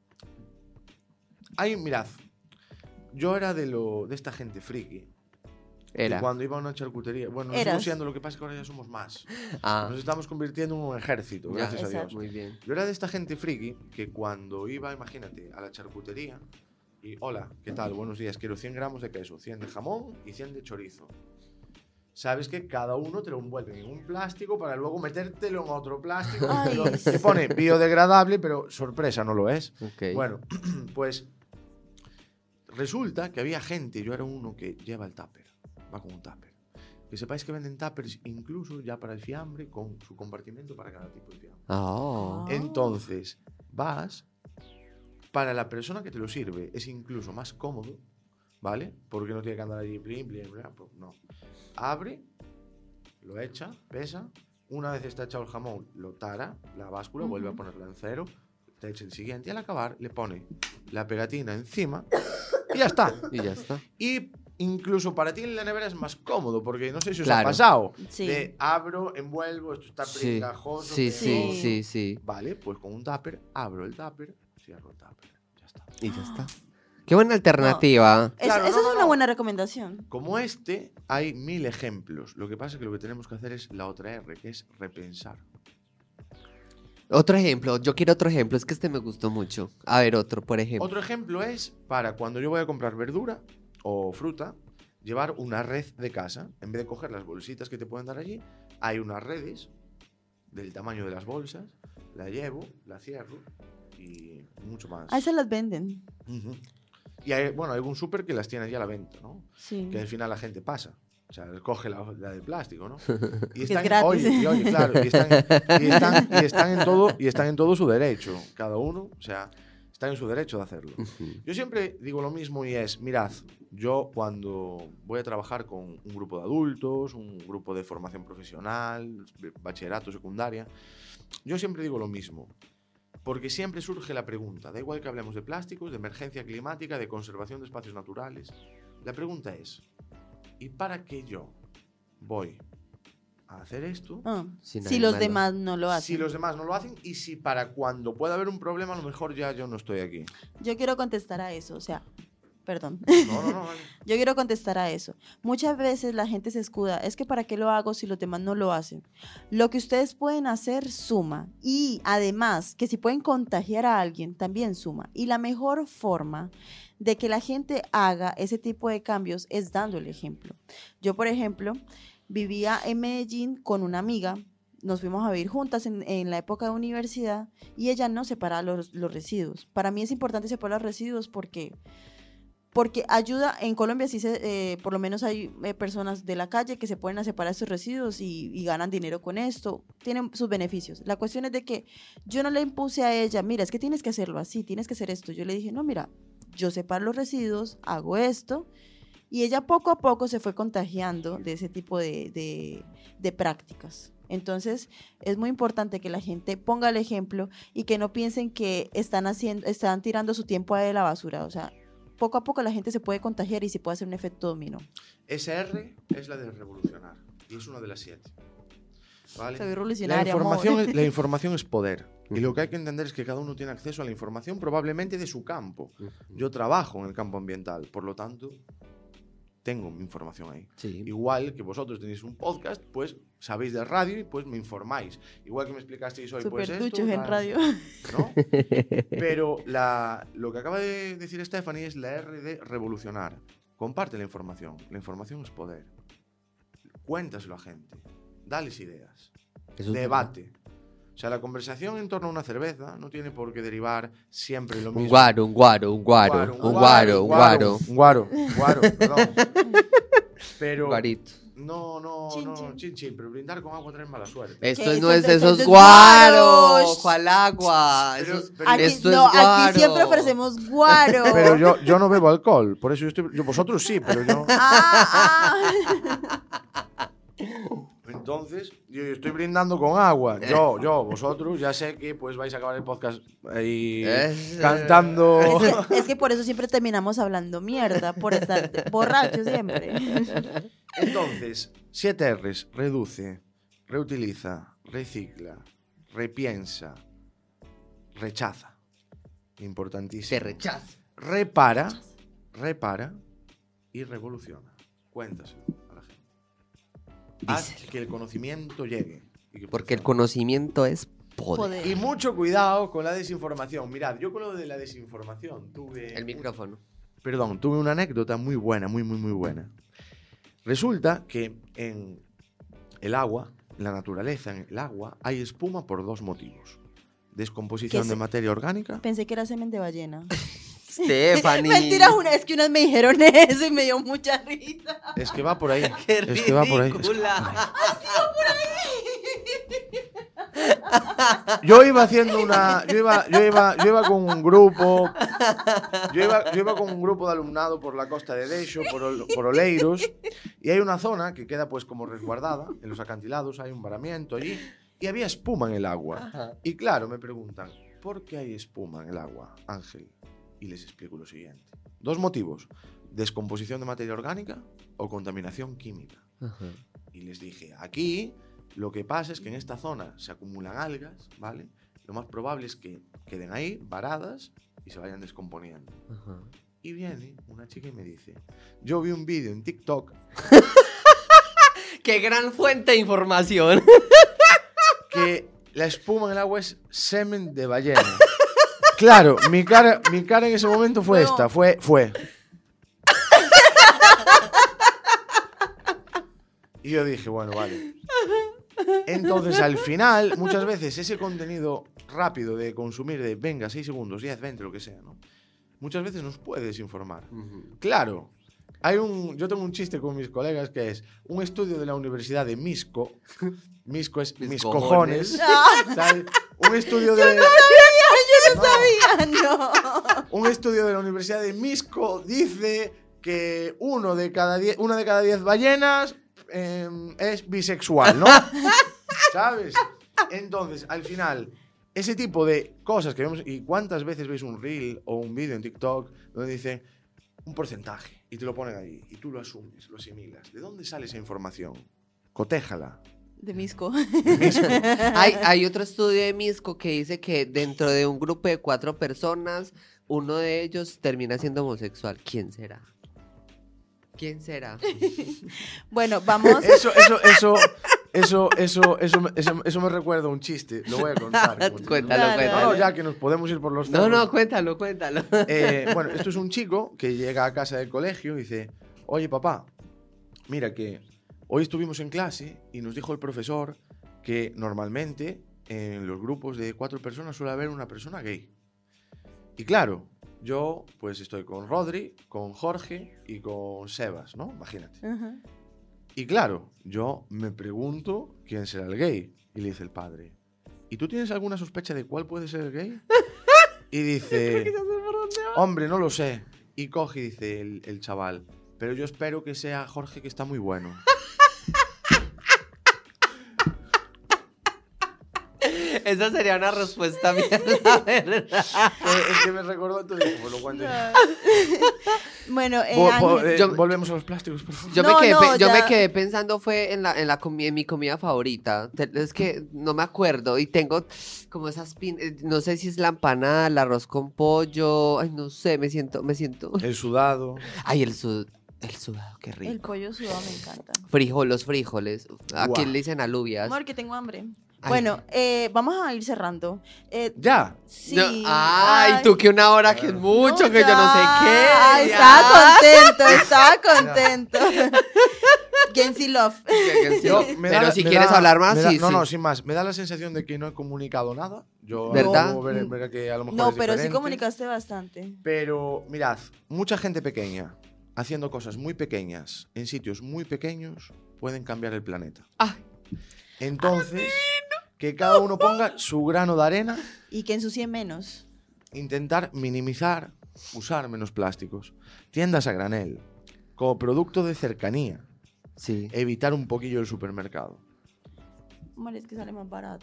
hay, mirad, yo era de, lo, de esta gente friki. que
Era.
cuando iba a una charcutería. Bueno, no
Eras.
sigo siendo, lo que pasa es que ahora ya somos más.
Ah,
Nos estamos convirtiendo en un ejército,
ya,
gracias a
exacto.
Dios.
muy bien.
Yo era de esta gente friki que cuando iba, imagínate, a la charcutería y, hola, ¿qué tal? Buenos días, quiero cien gramos de queso, cien de jamón y cien de chorizo. Sabes que cada uno te lo envuelve en un plástico para luego metértelo en otro plástico.
Ay.
Lo- que pone biodegradable, pero sorpresa, no lo es.
Ok.
Bueno, pues resulta que había gente, yo era uno que lleva el tupper, va con un tupper. Que sepáis que venden tuppers incluso ya para el fiambre con su compartimento para cada tipo de fiambre.
Oh.
Ah.
Entonces, vas, para la persona que te lo sirve es incluso más cómodo, ¿vale? Porque no tiene que andar allí, blin, blin, blin, pues no. Abre, lo echa, pesa, Una vez está echado el jamón, lo tara, la báscula,
Ujú.
vuelve a ponerla en cero, te echa el siguiente y al acabar le pone la pegatina encima y ya está.
Y ya está.
Y incluso para ti en la nevera es más cómodo, porque no sé si os
Claro.
ha pasado.
Sí.
De abro, envuelvo, esto está
Sí,
pegajoso.
sí, sí,
pegoso.
sí, sí.
Vale, pues con un tupper, abro el tupper, cierro el tupper, ya está.
Y ya está. Qué buena alternativa.
Es-
Claro,
esa
no,
es
no,
una
no.
buena recomendación.
Como este, hay mil ejemplos. Lo que pasa es que lo que tenemos que hacer es la otra R, que es repensar.
Otro ejemplo, yo quiero otro ejemplo, es que este me gustó mucho. A ver, otro, por ejemplo.
Otro ejemplo es para cuando yo voy a comprar verdura o fruta, llevar una red de casa. En vez de coger las bolsitas que te pueden dar allí, hay unas redes del tamaño de las bolsas. La llevo, la cierro y mucho más.
Ahí se las venden.
Ujú. Y hay, bueno, hay algún súper que las tiene allí a la venta, ¿no?
Sí.
Que al final la gente pasa. O sea, coge la, la de plástico, ¿no? Y
es
están,
gratis.
Oye, y oye, claro, y están, y, están, y, están en todo, y están en todo su derecho, cada uno, o sea, están en su derecho de hacerlo.
Ujú.
Yo siempre digo lo mismo y es, mirad, yo cuando voy a trabajar con un grupo de adultos, un grupo de formación profesional, bachillerato, secundaria, yo siempre digo lo mismo. Porque siempre surge la pregunta, da igual que hablemos de plásticos, de emergencia climática, de conservación de espacios naturales. La pregunta es, ¿y para qué yo voy a hacer esto
Ah,
Si
si
nadie
los
me lo-
demás no lo hacen.
si los demás no lo hacen y si para cuando pueda haber un problema a lo mejor ya yo no estoy aquí?
Yo quiero contestar a eso, o sea, perdón.
No, no, no. vale.
Yo quiero contestar a eso. Muchas veces la gente se escuda, es que ¿para qué lo hago si los demás no lo hacen? Lo que ustedes pueden hacer suma. Y además, que si pueden contagiar a alguien, también suma. Y la mejor forma de que la gente haga ese tipo de cambios es dando el ejemplo. Yo, por ejemplo, vivía en Medellín con una amiga. Nos fuimos a vivir juntas en, en la época de universidad y ella no separaba los, los residuos. Para mí es importante separar los residuos porque... Porque ayuda, en Colombia sí se, eh, por lo menos hay eh, personas de la calle que se ponen a separar estos residuos y, y ganan dinero con esto, tienen sus beneficios. La cuestión es de que yo no le impuse a ella, mira, es que tienes que hacerlo así, tienes que hacer esto. Yo le dije, no, mira, yo separo los residuos, hago esto, y ella poco a poco se fue contagiando de ese tipo de, de, de prácticas. Entonces, es muy importante que la gente ponga el ejemplo y que no piensen que están, haciendo, están tirando su tiempo a la basura, o sea, poco a poco la gente se puede contagiar y se puede hacer un efecto dominó.
Esa R es la de revolucionar y es una de las siete. ¿Vale?
Soy
La
revolucionaria,
información,
amor.
es, la información es poder. Y lo que hay que entender es que cada uno tiene acceso a la información probablemente de su campo. Yo trabajo en el campo ambiental, por lo tanto, tengo mi información ahí.
Sí.
Igual que vosotros tenéis un podcast, pues sabéis de radio y pues me informáis. Igual que me explicasteis hoy, pues
Súper
esto,
duchos en
tal,
radio.
¿no? Pero la, lo que acaba de decir Stephanie es la R de revolucionar. Comparte la información. La información es poder. Cuéntaselo a gente. Dales ideas.
Eso es
Debate. O sea, la conversación en torno a una cerveza no tiene por qué derivar siempre lo mismo.
Un guaro, un guaro, un guaro, un guaro, un guaro.
Un guaro, un guaro, perdón. Pero
Guarito.
no, no,
Chin,
no,
chin.
chin, chin, pero brindar con agua trae mala suerte.
Esto
¿Qué?
no es
Eso es-
esos
eso es
guaros.
guaros.
¿Cuál agua?
Pero-
Eso es-
pero-
Aquí,
esto
no,
es guaro.
aquí siempre ofrecemos guaro.
Pero yo, yo no bebo alcohol, por eso yo estoy. Yo, vosotros sí, pero yo.
Ah, ah.
Entonces, yo estoy brindando con agua. Yo, yo, vosotros, ya sé que pues vais a acabar el podcast ahí
Es-
cantando.
Es que, es que por eso siempre terminamos hablando mierda, por estar borrachos siempre.
Entonces, siete R's: reduce, reutiliza, recicla, repiensa, rechaza. Importantísimo.
Te rechaza.
Repara, repara y revoluciona. Cuéntaselo a la gente. Haz
Díselo.
que el conocimiento llegue. y que
Porque el
funcione.
conocimiento es poder.
Poder.
Y mucho cuidado con la desinformación. Mirad, yo con lo de la desinformación tuve...
El micrófono.
Perdón, tuve una anécdota muy buena, muy, muy, muy buena. Resulta que en el agua, en la naturaleza, en el agua, hay espuma por dos motivos. Descomposición
¿Qué
de
se-
materia orgánica.
Pensé que era semen de ballena.
Stephanie.
Mentira, una, es que unas me dijeron eso y me dio mucha risa.
Es que va por ahí.
Qué
es que va por ahí. Es que-
ridícula.
Yo iba haciendo una... Yo iba, yo iba, yo iba con un grupo... Yo iba, yo iba con un grupo de alumnado por la costa de Deixo, por, Ol- por Oleiros, y hay una zona que queda pues como resguardada, en los acantilados hay un varamiento allí, y había espuma en el agua.
Ajá.
Y claro, me preguntan, ¿por qué hay espuma en el agua, Ángel? Y les explico lo siguiente. Dos motivos, descomposición de materia orgánica o contaminación química.
Ajá.
Y les dije, aquí lo que pasa es que en esta zona se acumulan algas, ¿vale? Lo más probable es que queden ahí, varadas, y se vayan descomponiendo.
Ajá.
Y viene una chica y me dice, yo vi un vídeo en TikTok
¡Qué gran fuente de información!
que la espuma en el agua es semen de ballena. Claro, mi cara, mi cara en ese momento fue
No.
esta, fue, fue. Y yo dije, bueno, vale. Entonces, al final, muchas veces ese contenido rápido de consumir, de venga, seis segundos, diez, veinte, lo que sea, ¿no? Muchas veces nos puede desinformar. Claro, hay un, yo tengo un chiste con mis colegas que es un estudio de la Universidad de Misco. Misco es mis,
Mis
cojones.
cojones.
¿Sabes? Un estudio de...
Yo no sabía, no.
Un estudio de la Universidad de Misco dice que uno de cada diez, una de cada diez ballenas eh, es bisexual, ¿no? ¿Sabes? Entonces, al final, ese tipo de cosas que vemos... ¿Y cuántas veces veis un reel o un vídeo en TikTok donde dice un porcentaje y te lo ponen ahí y tú lo asumes, lo asimilas? ¿De dónde sale esa información? Cotéjala.
De Misco.
Hay, hay otro estudio de Misco que dice que dentro de un grupo de cuatro personas, uno de ellos termina siendo homosexual. ¿Quién será? ¿Quién será?
Bueno, vamos.
Eso, eso, eso, eso, eso, eso, me- eso, eso me recuerda a un chiste. Lo voy a contar. como te-
Cuéntalo,
Dale,
cuéntalo.
No, no, ya que nos podemos ir por los
No,
cerros.
no, cuéntalo, cuéntalo.
Eh, bueno, esto es un chico que llega a casa del colegio y dice, oye papá, mira que hoy estuvimos en clase y nos dijo el profesor que normalmente en los grupos de cuatro personas suele haber una persona gay. Y claro, yo pues estoy con Rodri, con Jorge y con Sebas, ¿no? Imagínate.
Ajá.
Y claro, yo me pregunto quién será el gay. Y le dice el padre, ¿y tú tienes alguna sospecha de cuál puede ser el gay? Y dice, hombre, no lo sé. Y coge y dice el, el chaval, pero yo espero que sea Jorge, que está muy bueno.
Esa sería una respuesta mía, la verdad.
Eh, es que me recordó, entonces pues lo cuento.
Bueno, eh,
Vo- vo-
Ángel,
eh,
Yo-
volvemos a los plásticos, por favor.
Yo,
No,
me quedé,
no,
pe- yo
ya.
me quedé pensando fue en la, en la comi- en mi comida favorita. Te- Es que no me acuerdo y tengo como esas pin eh, no sé si es la empanada, el arroz con pollo, ay no sé, me siento, me siento.
El sudado.
Ay, el sud, el sudado, qué
el
rico.
pollo sudado me encanta.
Frijol, los frijoles. ¿A
Guau.
quién le dicen alubias?
Amor, que tengo hambre.
Ay.
Bueno, eh, vamos a ir cerrando. Eh,
Ya.
sí.
No, ay, tú que una hora que es mucho,
No,
que yo no sé
ya.
qué.
Ay,
ya.
estaba contento, estaba contento. Gensi Love.
Yo- me da
Pero
la-
si
me
quieres
da-
hablar más,
me da-
sí,
no,
sí.
no, sin más. Me da la sensación de que no he comunicado nada. Yo
¿Verdad?
luego veré- veré que a lo mejor
No,
es
pero sí
diferente.
comunicaste bastante.
Pero mirad, mucha gente pequeña haciendo cosas muy pequeñas en sitios muy pequeños pueden cambiar el planeta.
Ay.
Entonces, que cada uno ponga su grano de arena,
Y que ensucie menos.
intentar minimizar, usar menos plásticos. Tiendas a granel, como producto de cercanía,
Sí.
evitar un poquillo el supermercado.
Amor, es que sale más barato.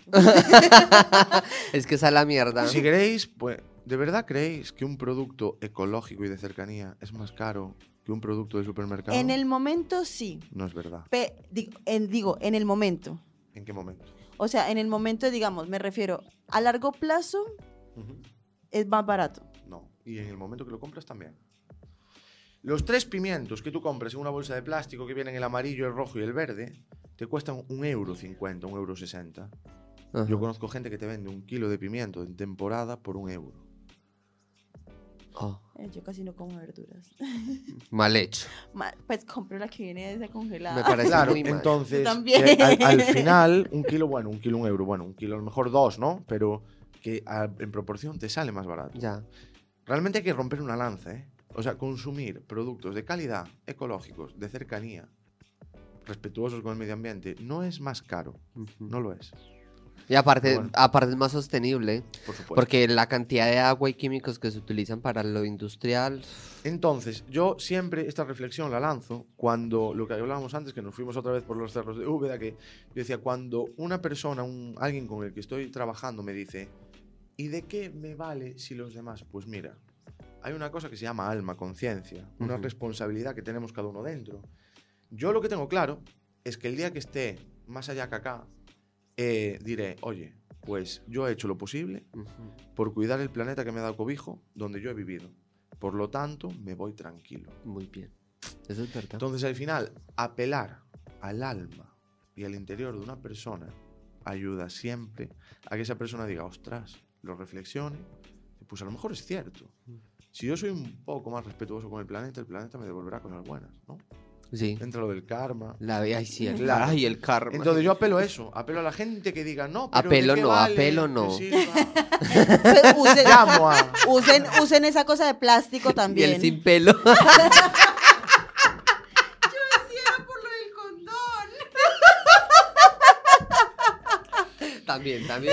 Es que esa es la mierda.
Si queréis, pues, ¿de verdad creéis que un producto ecológico y de cercanía es más caro que un producto de supermercado?
En el momento sí.
No es verdad.
Pe- digo, en, digo, en el momento.
¿En qué momento?
O sea, en el momento, digamos, me refiero, a largo plazo
Ujú.
es más barato.
No. Y en el momento que lo compras también. Los tres pimientos que tú compras en una bolsa de plástico que vienen el amarillo, el rojo y el verde, te cuestan un euro cincuenta, un euro sesenta.
Ajá.
Yo conozco gente que te vende un kilo de pimiento en temporada por un euro.
Oh,
Eh, yo casi no como verduras.
mal hecho.
Ma- Pues compro la que viene de esa congelada.
Me parece
Claro,
muy mal.
entonces,
Yo también.
que al, al final, un kilo, bueno, un kilo, un euro, bueno, un kilo a lo mejor dos, ¿no? Pero que a- en proporción te sale más barato.
Ya.
Realmente hay que romper una lanza, ¿eh? O sea, consumir productos de calidad, ecológicos, de cercanía, respetuosos con el medio ambiente, no es más caro,
Ujú.
no lo es.
Y aparte,
Pero bueno.
aparte es más sostenible,
Por supuesto.
porque la cantidad de agua y químicos que se utilizan para lo industrial...
Entonces, yo siempre esta reflexión la lanzo cuando, lo que hablábamos antes, que nos fuimos otra vez por los cerros de Úbeda, que yo decía, cuando una persona, un, alguien con el que estoy trabajando me dice, ¿y de qué me vale si los demás? Pues mira, hay una cosa que se llama alma, conciencia, una
Ujú.
responsabilidad que tenemos cada uno dentro. Yo lo que tengo claro es que el día que esté más allá que acá, eh, diré, oye, pues yo he hecho lo posible
Ujú.
por cuidar el planeta que me ha dado cobijo, donde yo he vivido. Por lo tanto, me voy tranquilo.
Muy bien. Eso es verdad.
Entonces, al final, apelar al alma y al interior de una persona ayuda siempre a que esa persona diga, ostras, lo reflexione, pues a lo mejor es cierto. Si yo soy un poco más respetuoso con el planeta, el planeta me devolverá cosas buenas, ¿no?
Sí.
Entra lo del karma.
La ay, sí, el,
Claro.
ay, el karma.
Entonces yo apelo a eso, apelo a la gente que diga, no, pero
Apelo
¿de qué
no,
vale
apelo
que
no.
sirva?"
usen,
Llamo a...
usen, usen esa cosa de plástico
Y
también.
el sin pelo.
Yo decía por lo del condón.
También, también.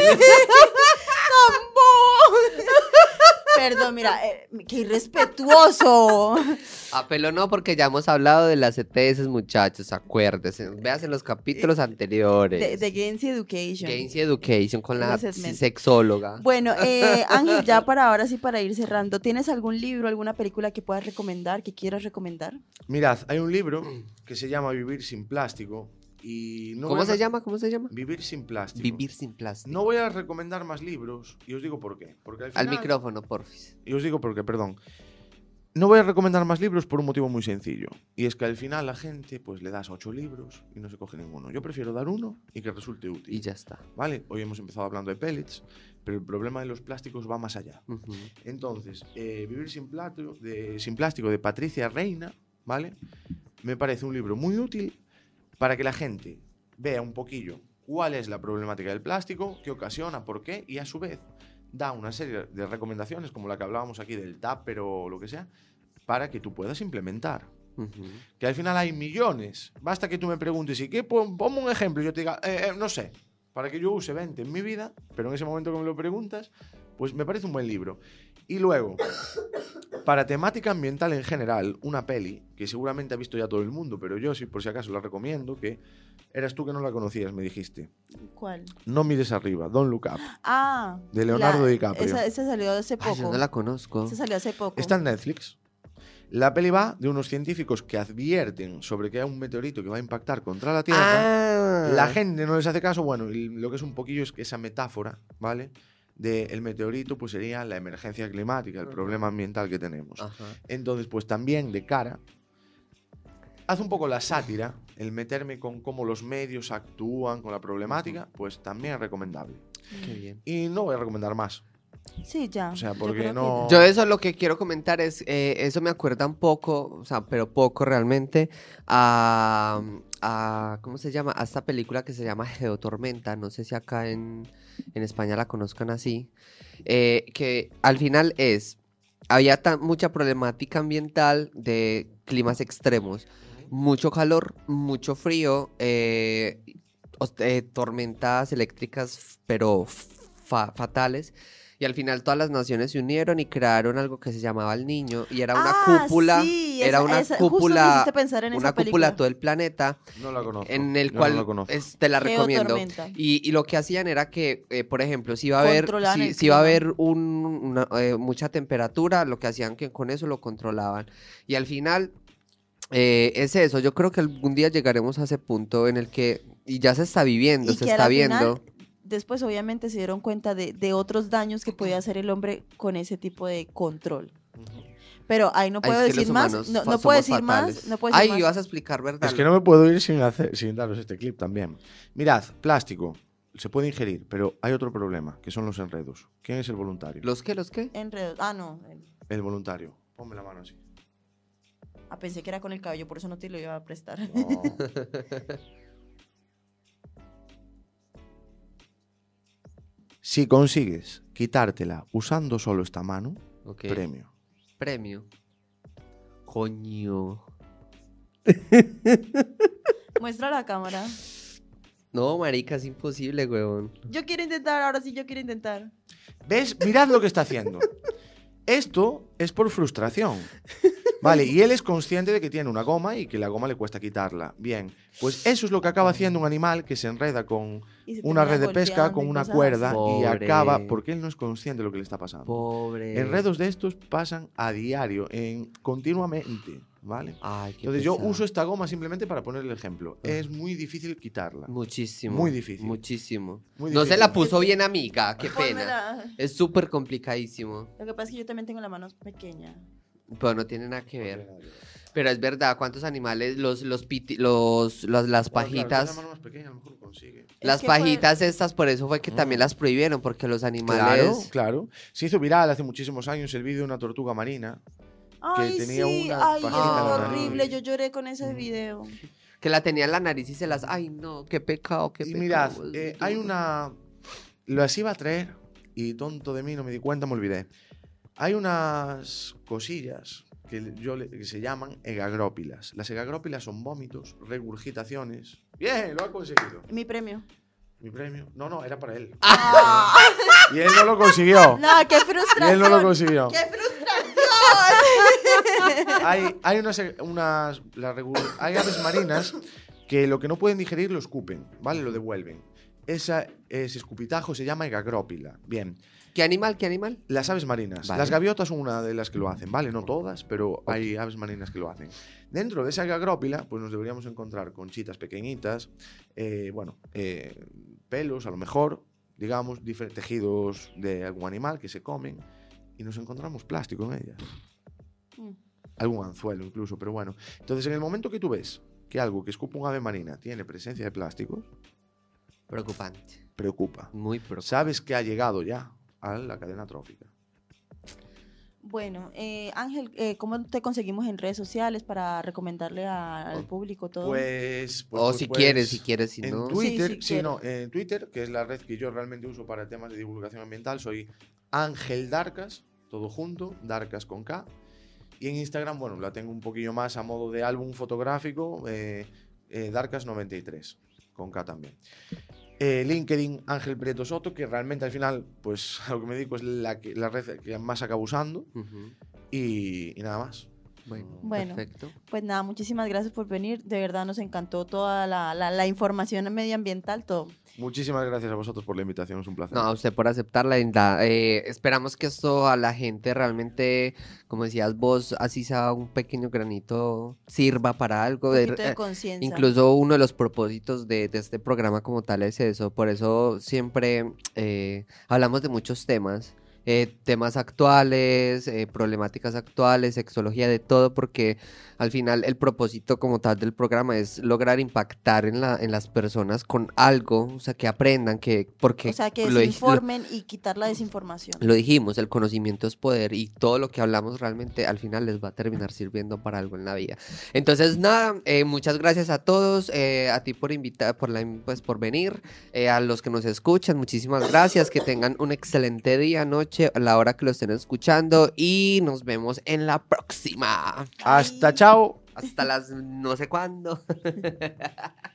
Perdón, mira, eh, qué irrespetuoso.
Apelo no, porque ya hemos hablado de las E T S, muchachos, acuérdense. Veas en los capítulos anteriores.
De, de Games Education.
Games y Education con la
Ese segmento.
sexóloga.
Bueno, eh, Ángel, ya para ahora sí, para ir cerrando, ¿tienes algún libro, alguna película que puedas recomendar, que quieras recomendar?
Mirad, hay un libro que se llama Vivir sin plástico y no
¿Cómo
voy a-
se llama? ¿Cómo se llama?
Vivir sin plástico.
Vivir sin plástico.
No voy a recomendar más libros y os digo por qué. Porque al,
Al
final-
micrófono, porfis.
Y os digo por qué, perdón. No voy a recomendar más libros por un motivo muy sencillo. Y es que al final la gente pues le das ocho libros y no se coge ninguno. Yo prefiero dar uno y que resulte útil.
Y ya está.
¿Vale? Hoy hemos empezado hablando de pellets, pero el problema de los plásticos va más allá.
Ujú.
Entonces, eh, Vivir sin, plato, de, sin plástico de Patricia Reina, ¿vale? Me parece un libro muy útil para que la gente vea un poquillo cuál es la problemática del plástico, qué ocasiona, por qué, y a su vez da una serie de recomendaciones, como la que hablábamos aquí del tupper o lo que sea, para que tú puedas implementar.
Ujú.
Que al final hay millones. Basta que tú me preguntes, ¿y qué? Pon- Ponme un ejemplo y yo te diga, eh, eh, no sé, para que yo use veinte en mi vida, pero en ese momento que me lo preguntas, pues me parece un buen libro. Y luego, para temática ambiental en general, una peli que seguramente ha visto ya todo el mundo, pero yo sí por si acaso la recomiendo, que eras tú que no la conocías, me dijiste.
¿Cuál?
No mires arriba, Don't Look Up,
Ah.
de Leonardo
la-
DiCaprio.
Esa, esa salió hace
Ay,
poco.
yo no la conozco.
Esa salió hace poco.
Está en Netflix. La peli va de unos científicos que advierten sobre que hay un meteorito que va a impactar contra la Tierra.
Ah.
La gente no les hace caso. Bueno, y lo que es un poquillo es que esa metáfora, ¿vale? Del meteorito, pues sería la emergencia climática, el
Ajá.
problema ambiental que tenemos.
Ajá.
Entonces, pues también de cara, hace un poco la sátira, el meterme con cómo los medios actúan con la problemática, pues también es recomendable.
Qué bien.
Y no voy a recomendar más.
Sí, ya.
O sea,
Yo
porque
creo que
no-
Yo eso lo que quiero comentar es, eh, eso me acuerda un poco, o sea, pero poco realmente, a, a, ¿cómo se llama? A esta película que se llama Geotormenta, no sé si acá en, en España la conozcan así, eh, que al final es, había tan, mucha problemática ambiental de climas extremos, mucho calor, mucho frío, eh, os- eh, tormentas eléctricas, pero fa- fatales. Y al final todas las naciones se unieron y crearon algo que se llamaba el Niño y era una
Ah,
cúpula,
sí,
era
esa-
una
esa- justo me
cúpula,
hiciste pensar en esa
una cúpula
película.
a todo el planeta
No la conozco.
en el
Yo
cual
no la conozco.
es- te la recomiendo.
Geotormenta.
Y, y lo que hacían era que, eh, por ejemplo, si iba a haber,
Controlaban
si,
el
si iba a
clima.
haber un, una, eh, mucha temperatura, lo que hacían que con eso lo controlaban. Y al final eh, es eso. Yo creo que algún día llegaremos a ese punto en el que, y ya se está viviendo,
Y
se
que a
está
la
viendo.
final, después obviamente se dieron cuenta de, de otros daños que podía hacer el hombre con ese tipo de control. Pero ahí no
Ay,
puedo
es que
decir
los
más,
humanos
no,
fa-
no puedo
somos
decir
fatales.
más, no puedo decir
Ay,
más.
ibas a explicar, ¿verdad?
Es que no me puedo ir sin, hacer, sin daros este clip también. Mirad, plástico se puede ingerir, pero hay otro problema, que son los enredos. ¿Quién es el voluntario?
¿Los qué? ¿Los qué?
Enredos. Ah, no.
El voluntario. Ponme la mano así.
Ah, pensé que era con el cabello, por eso no te lo iba a prestar.
No. Si consigues quitártela usando solo esta mano,
Ok.
premio.
Premio. Coño.
Muestra la cámara.
No, marica, es imposible, huevón.
Yo quiero intentar, ahora sí yo quiero intentar.
¿Ves? Mirad lo que está haciendo. Esto es por frustración. Vale, y él es consciente de que tiene una goma y que la goma le cuesta quitarla. Bien, pues eso es lo que acaba haciendo un animal que se enreda con
Y se
una
termina
red de pesca,
golpeando
con
y
una
cosas
cuerda
así.
y
Pobre.
acaba, porque él no es consciente de lo que le está pasando.
Pobre.
Enredos de estos pasan a diario, en, continuamente, ¿vale?
Ay, qué
Entonces yo
pesado.
uso esta goma simplemente para poner el ejemplo. Es muy difícil quitarla.
Muchísimo.
Muy difícil.
Muchísimo.
Muy
No se
difícil.
la puso bien, amiga. Qué pena.
Pónmela.
Es súper complicadísimo.
Lo que pasa es que yo también tengo la mano pequeña.
Pero no tiene nada que ver. Pero es verdad, ¿cuántos animales? Los, los, piti- los, los- las
Bueno, claro, si es
pajitas.
la mano más pequeña, a lo mejor lo consigue.
Las
que fue-
pajitas estas, por eso fue que también
Mm.
las prohibieron, porque los
Claro,
animales.
claro. Se hizo viral hace muchísimos años el vídeo de una tortuga marina.
Ay,
tenía
sí,
una
ay,
pajita
eso
en
es
la nariz.
horrible. Yo lloré con ese
Mm.
video.
Que la tenía en la nariz y se las. Ay, no, qué pecado, qué
Y
pecado.
mirad,
es
eh,
duro.
hay una. Las iba a traer y tonto de mí, no me di cuenta, me olvidé. Hay unas cosillas que, yo le- que se llaman egagrópilas. Las egagrópilas son vómitos, regurgitaciones. Bien, lo ha conseguido.
Mi premio.
Mi premio. No, no, era para él.
Ah.
Y él no lo consiguió.
No, qué
Y
frustración.
él no lo consiguió.
¡Qué frustración!
Hay, hay unas, unas las regu- hay aves marinas que lo que no pueden digerir lo escupen, ¿vale? Lo devuelven. Esa, ese escupitajo se llama egagrópila. Bien.
¿Qué animal? ¿Qué animal?
Las aves marinas.
Vale.
Las gaviotas son una de las que lo hacen, ¿vale? No todas, pero hay aves marinas que lo hacen. Dentro de esa egagrópila, pues nos deberíamos encontrar conchitas pequeñitas, eh, bueno, eh, pelos a lo mejor, digamos, difer- tejidos de algún animal que se comen y nos encontramos plástico en ellas.
Mm.
Algún anzuelo incluso, pero bueno. Entonces, en el momento que tú ves que algo que escupa un ave marina tiene presencia de plásticos,
Preocupante.
preocupa.
Muy preocupante.
Sabes que ha llegado ya a la cadena trófica.
Bueno, eh, Ángel, eh, ¿cómo te conseguimos en redes sociales para recomendarle a- al
Oh,
público todo?
Pues, pues,
o
pues,
si
pues,
quieres, si quieres, si
en
no.
Twitter,
Sí, sí,
sí,
quiero.
no, en Twitter, que es la red que yo realmente uso para temas de divulgación ambiental, soy Ángel Darcas, todo junto, Darcas con K. Y en Instagram, bueno, la tengo un poquillo más a modo de álbum fotográfico, eh, eh, Darcas noventa y tres, con K también. Eh, LinkedIn, Ángel Prieto Soto, que realmente al final, pues a lo que me dedico es la, que- la red que más acabo usando.
Ujú.
Y, y nada más.
Bueno,
Bueno.
perfecto.
Pues nada, muchísimas gracias por venir. De verdad nos encantó toda la, la- la información medioambiental, todo.
Muchísimas gracias a vosotros por la invitación, es un placer.
No, a usted por aceptarla. Linda. Eh, esperamos que esto a la gente realmente, como decías vos, así sea un pequeño granito, sirva para algo.
Un
de-
poquito de
eh,
conciencia.
Incluso uno de los propósitos de, de este programa como tal es eso. Por eso siempre eh, hablamos de muchos temas. eh, temas actuales, eh, problemáticas actuales, sexología, de todo, porque al final el propósito como tal del programa es lograr impactar en, la, en las personas con algo, o sea, que aprendan, que porque
O sea, que
lo
se
dij-
informen y quitar la desinformación.
lo dijimos, el conocimiento es poder y todo lo que hablamos realmente al final les va a terminar sirviendo para algo en la vida. Entonces, nada, eh, muchas gracias a todos, eh, a ti por invitar, por, la, pues, por venir, eh, a los que nos escuchan, muchísimas gracias, que tengan un excelente día, noche, a la hora que lo estén escuchando y nos vemos en la próxima.
Hasta chao.
Hasta las no sé cuándo.